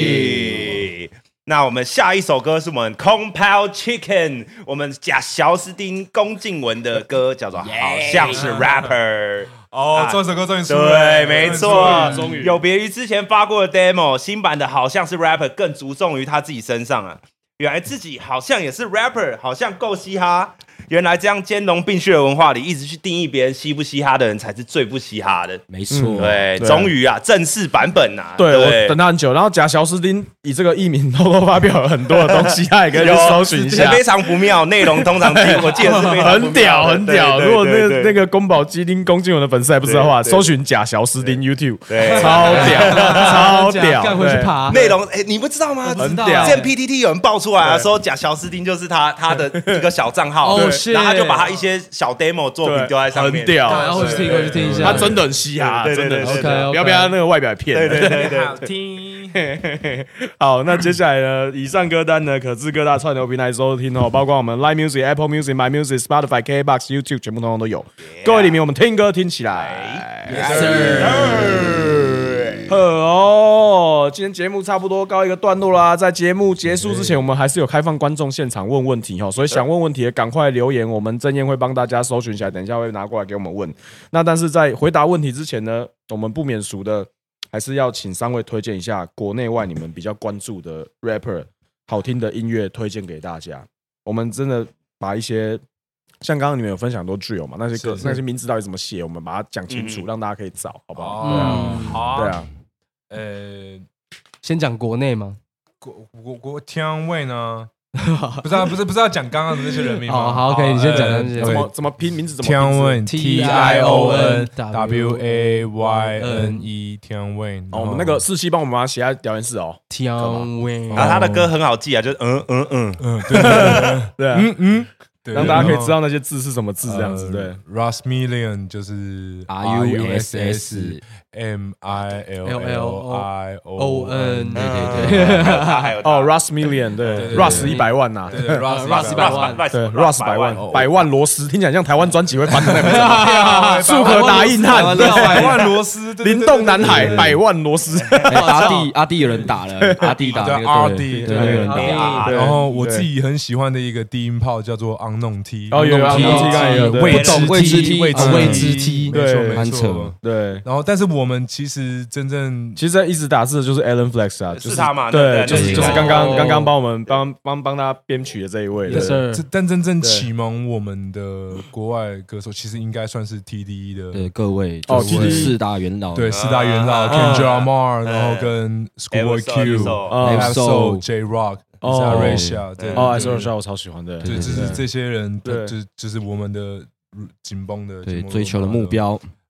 G。那我们下一首歌是我们空抛 Chicken， 我们贾小斯汀、龚静雯的歌叫做《好像是 Rapper》。 哦，这首歌终于出了， 对，没错，终于有别于之前发过的 demo， 新版的好像是 Rapper 更着重于他自己身上啊。原来自己好像也是 Rapper， 好像够嘻哈。原来这样兼容并蓄的文化里，一直去定义别人嘻不嘻哈的人，才是最不嘻哈的。 没错， 对，终于啊，正式版本啊， 对我等他很久。然后贾小斯汀以这个艺名偷偷发表了很多的东西，他也可以去搜寻一下， 非常不妙，内容通常我记得是非常很屌，很屌。如果那个那个宫保鸡丁、龚静雯的粉丝还不知道的话，搜寻贾小斯汀 YouTube， 超屌，超屌， 赶回去爬内容。哎，你不知道吗？ 很屌。 之前 P T T 有人爆出来啊，说贾小斯汀就是他他的一个小账号，然后他就把他一些小 demo 作品丢在上面， 很屌， 然后去听，我去听一下。 他真的很嘻哈，真的 OK， 不要被他那个外表骗。 对对对对， 好听。 好，那接下来呢？以上歌单呢，可自各大串流平台收听哦，包括我们 Line Music、Apple Music、My Music、Spotify、K Box、YouTube 全部通通都有。各位里面，我们听歌听起来。呵哦，今天节目差不多告一个段落啦。在节目结束之前，我们还是有开放观众现场问问题哈，所以想问问题的赶快留言，我们正燕会帮大家搜寻起来，等一下会拿过来给我们问。那但是在回答问题之前呢，我们不免俗的还是要请三位推荐一下国内外你们比较关注的 rapper 好听的音乐推荐给大家。我们真的把一些像刚刚你们有分享很多 drill 嘛，那些歌那些名字到底怎么写，我们把它讲清楚，嗯、让大家可以找，好不好？ 嗯， 好啊，对啊。 呃， 先讲国内吗？ 国国国天安卫呢？不是啊，不是不是要讲刚刚的那些人名吗？ 好，好，可以，你先讲那些。 怎么怎么拼名字？怎么天安卫 T I O N W A Y N E 天安卫。 哦，我们那个四期帮我们把它写在聊天室哦。 天安卫。 然后他的歌很好记啊，就是嗯嗯嗯嗯，对对对，嗯嗯。让大家可以知道那些字是什么字，这样子对。 Russ Million 就是 R U S S M I L L I O N， 对对对。 哦 ，Russ Million 对 ，Russ 一百万呐 ，Russ 一百万， 对 ，Russ 百万，百万螺丝，听起来像台湾专辑会翻的那个。速可达硬汉， 百万螺丝， 灵动南海，百万螺丝。 阿弟阿弟有人打了，阿弟打那个阿弟， 对，有人打。 然后我自己很喜欢的一个低音炮叫做 Unknown T， 哦有 Unknown T， 刚才有未知未知 T， 未知 T， 没错没错， 对。 然后但是我们其实真正其实在一直打字的就是 Alan Flex 啊， 是他嘛？ 对，就是就是刚刚刚刚帮我们帮帮帮他编曲的这一位， 但真正启蒙我们的国外歌手，其实应该算是 T D E 的对各位哦 T D E 四大元老， 对四大元老 Kendrick Lamar， 然后跟 Schoolboy Q、J Rock、Asia， 对哦 Asia 我超喜欢的， 对，就是这些人，就就是我们的紧绷的对追求的目标。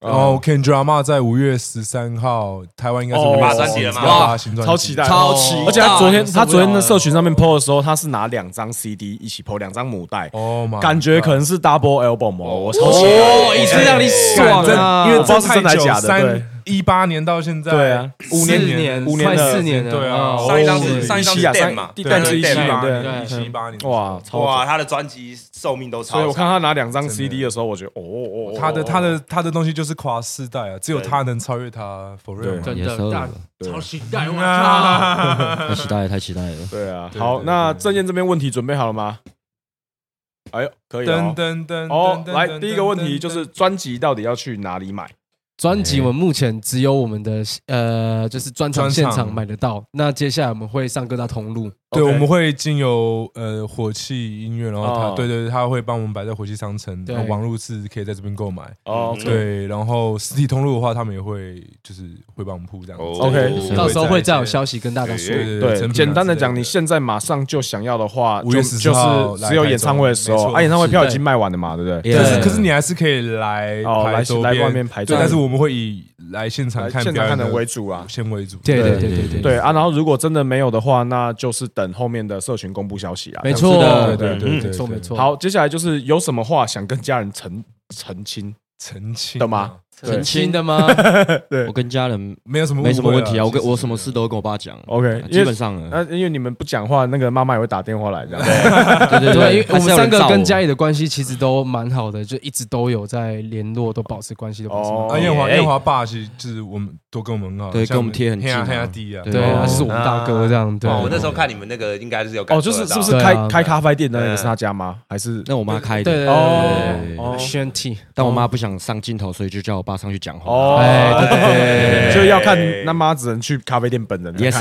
然后 Kendrama 在五月十三号台湾应该是马专辑了吗？ 哇，超期待， 超期待！ 而且他昨天他昨天的社群上面 po 的时候，他是拿两张 C D 一起 po 两张母带，哦，感觉可能是 double album 哦，我超期待， 一次让你爽啊！ 因为不知道是真的假的，对。 一八年到现在， 对啊，五年， 五年四年了， 对啊， 上一张是上一张是 Damn 嘛， Damn 是一七年， 对，一七一八年， 哇， 哇，他的专辑寿命都超， 所以我看他拿两张 C D 的时候，我觉得哦哦， 他的他的他的东西就是跨世代啊，只有他能超越他 ，Forever， 真的，超期待，我操，太期待了，太期待了， 对啊，好，那郑燕这边问题准备好了吗？哎呦，可以哦，哦，来，第一个问题就是专辑到底要去哪里买？ 专辑我们目前只有我们的呃，就是专场现场买得到。那接下来我们会上各大通路， 对，我们会经由呃火气音乐，然后他对对，他会帮我们摆在火气商城，然后网络是可以在这边购买。哦，对，然后实体通路的话，他们也会就是会帮我们铺这样。 OK， 到时候会再有消息跟大家说。 对，简单的讲，你现在马上就想要的话， 五月十四号只有演唱会的时候，啊，演唱会票已经卖完了嘛，对不对？ 可是可是你还是可以来来来外面排队， 但是我们会以来现场看现场看的为主啊， 先为主。 对对对对对对啊，然后如果真的没有的话，那就是等后面的社群公布消息啊。 没错， 对对对， 没错没错。 好，接下来就是有什么话想跟家人澄澄清澄清的吗？ 澄清的吗？ 对， 我跟家人没有什么没什么问题啊，我跟我什么事都跟我爸讲。 OK， 基本上那因为你们不讲话，那个妈妈也会打电话来这样。 对对对， 因为我们三个跟家里的关系其实都蛮好的，就一直都有在联络，都保持关系，都保持。 啊，燕华燕华爸其实就是我们都跟我们很好， 对，跟我们贴很近， 黑弟啊， 对，他是我们大哥这样。对， 我那时候看你们那个应该是有哦， 就是是不是开开咖啡店的那个是他家吗？还是那我妈开的？ 对哦，轩 T， 但我妈不想上镜头，所以就叫我爸上去讲话。 哎，对对对，就要看那妈只能去咖啡店本人。 Yes，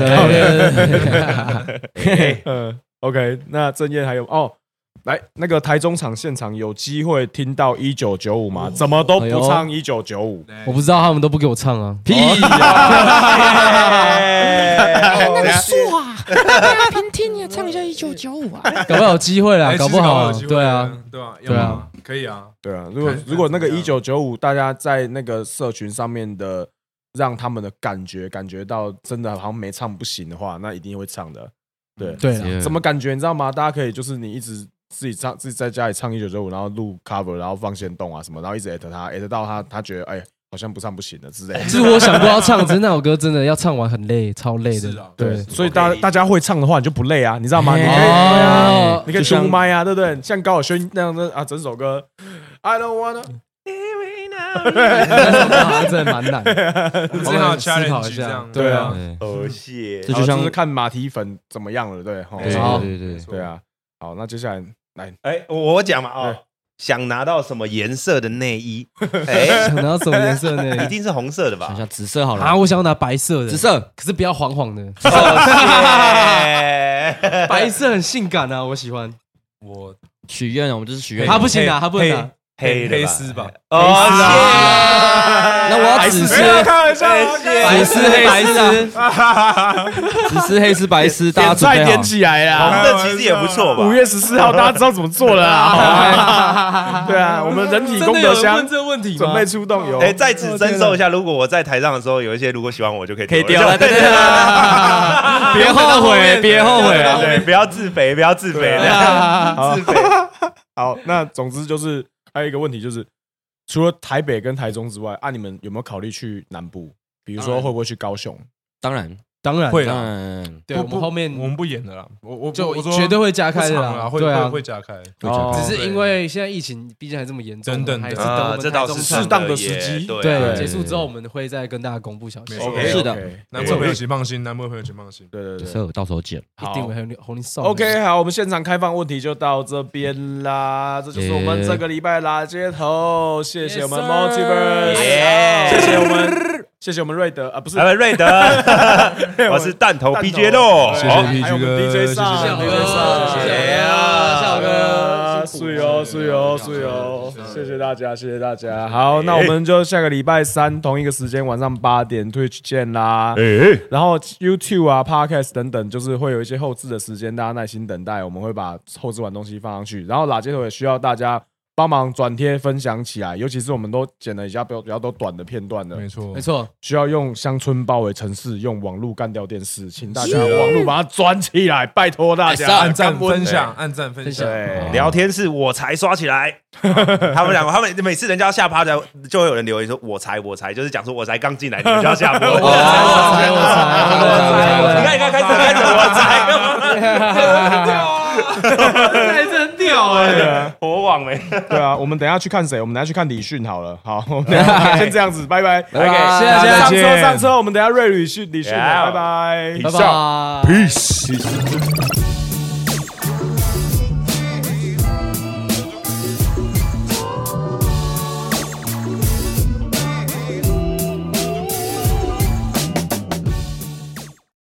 嗯 ，OK， 那郑燕还有哦，来那个台中场现场有机会听到一九九五吗？怎么都不唱一九九五？ 我不知道，他们都不给我唱啊！ 屁呀！ 那个树啊，大家平听也唱一下一九九五啊！ 搞不好有机会啦，搞不好，对啊， 对啊， 对啊， 可以啊， 对啊。如果如果那个一九九五，大家在那个社群上面的。让他们的感觉感觉到真的好像没唱不行的话，那一定会唱的。对对， 怎么感觉你知道吗？大家可以就是你一直自己唱，自己在家里唱一九九五，然后录 cover， 然后放线动啊什么，然后一直 at 他 at 到他，他觉得哎好像不唱不行的之类的。 是我想过要唱，只是那首歌真的要唱完很累，超累的。对， 所以大家大家会唱的话，你就不累啊，你知道吗？你可以对啊，你可以出麦啊，对不对？像高尔宣那样的啊，整首歌 I don't wanna。 那真的蛮难， 最好思考一下。 对啊， 哦谢， 这就像是看马蹄粉怎么样了，对， 对对对对啊。好，那接下来来， 哎，我讲嘛哦，想拿到什么颜色的内衣？哎， 想拿到什么颜色的内衣？ 一定是红色的吧？ 想想紫色好了啊，我想要拿白色的， 紫色， 可是不要黄黄的。白色很性感啊，我喜欢。 我许愿啊，我们就是许愿。 他不行拿，他不能拿。 黑黑丝吧， 黑丝啊！ 那我要紫丝， 开玩笑， 白丝黑白丝， 紫丝黑丝白丝，大家准备好点起来啦！ 红的其实也不错吧？ 五月十四号，大家知道怎么做了啊？对啊，我们人体功德箱这个问题准备出动有。 哎，在此征收一下，如果我在台上的时候有一些如果喜欢我就可以可以丢了，对对对，别后悔，别后悔啊！ 对，不要自肥，不要自肥，自肥。 好，那总之就是。还有一个问题就是，除了台北跟台中之外，啊，你们有没有考虑去南部？比如说会不会去高雄？ 当然， 当然会啦。 对，我们后面我们不演的啦，我我就绝对会加开的啦， 对啊，会加开。 只是因为现在疫情毕竟还这么严重， 等等， 还是等我们这倒是适当的时机。 对，结束之后我们会再跟大家公布消息。 是的， 南部朋友请放心，南部朋友请放心。 对对对， 所以到时候见， 一定会红你送。 OK， 好，我们现场开放问题就到这边啦，这就是我们这个礼拜拉街头，谢谢我们 Multiverse， 谢谢我们。谢谢我们瑞德啊，不是啊，瑞德，我是弹头 P J 咯， 谢谢 P J 哥 ，D J 上， 谢谢 D J 上， 谢谢啊，笑哥， 睡哦，睡哦，睡哦，谢谢大家，谢谢大家。好，那我们就下个礼拜三同一个时间晚上八点 Twitch 见啦。然后 YouTube 啊、Podcast 等等，就是会有一些后置的时间，大家耐心等待，我们会把后置完东西放上去。然后拉街头也需要大家帮忙转贴分享起来，尤其是我们都剪了一下比较比较多短的片段的， 没错没错， 需要用乡村包围城市，用网络干掉电视，请大家网络把它转起来，拜托大家按赞分享，按赞分享， 对，聊天室我才刷起来，他们两个，他们每次人家要下趴的，就会有人留言说我才我才，就是讲说我才刚进来，你们就要下播，我才我才我才我才，你看你看开始开始我才。 还是很屌哎， 火网没？ 对啊，我们等一下去看谁？我们等一下去看李迅好了。好，我们等一下先这样子，拜拜。 拜拜，谢谢， 上车上车，我们等一下瑞吕迅李迅，拜拜， 拜拜 ，peace。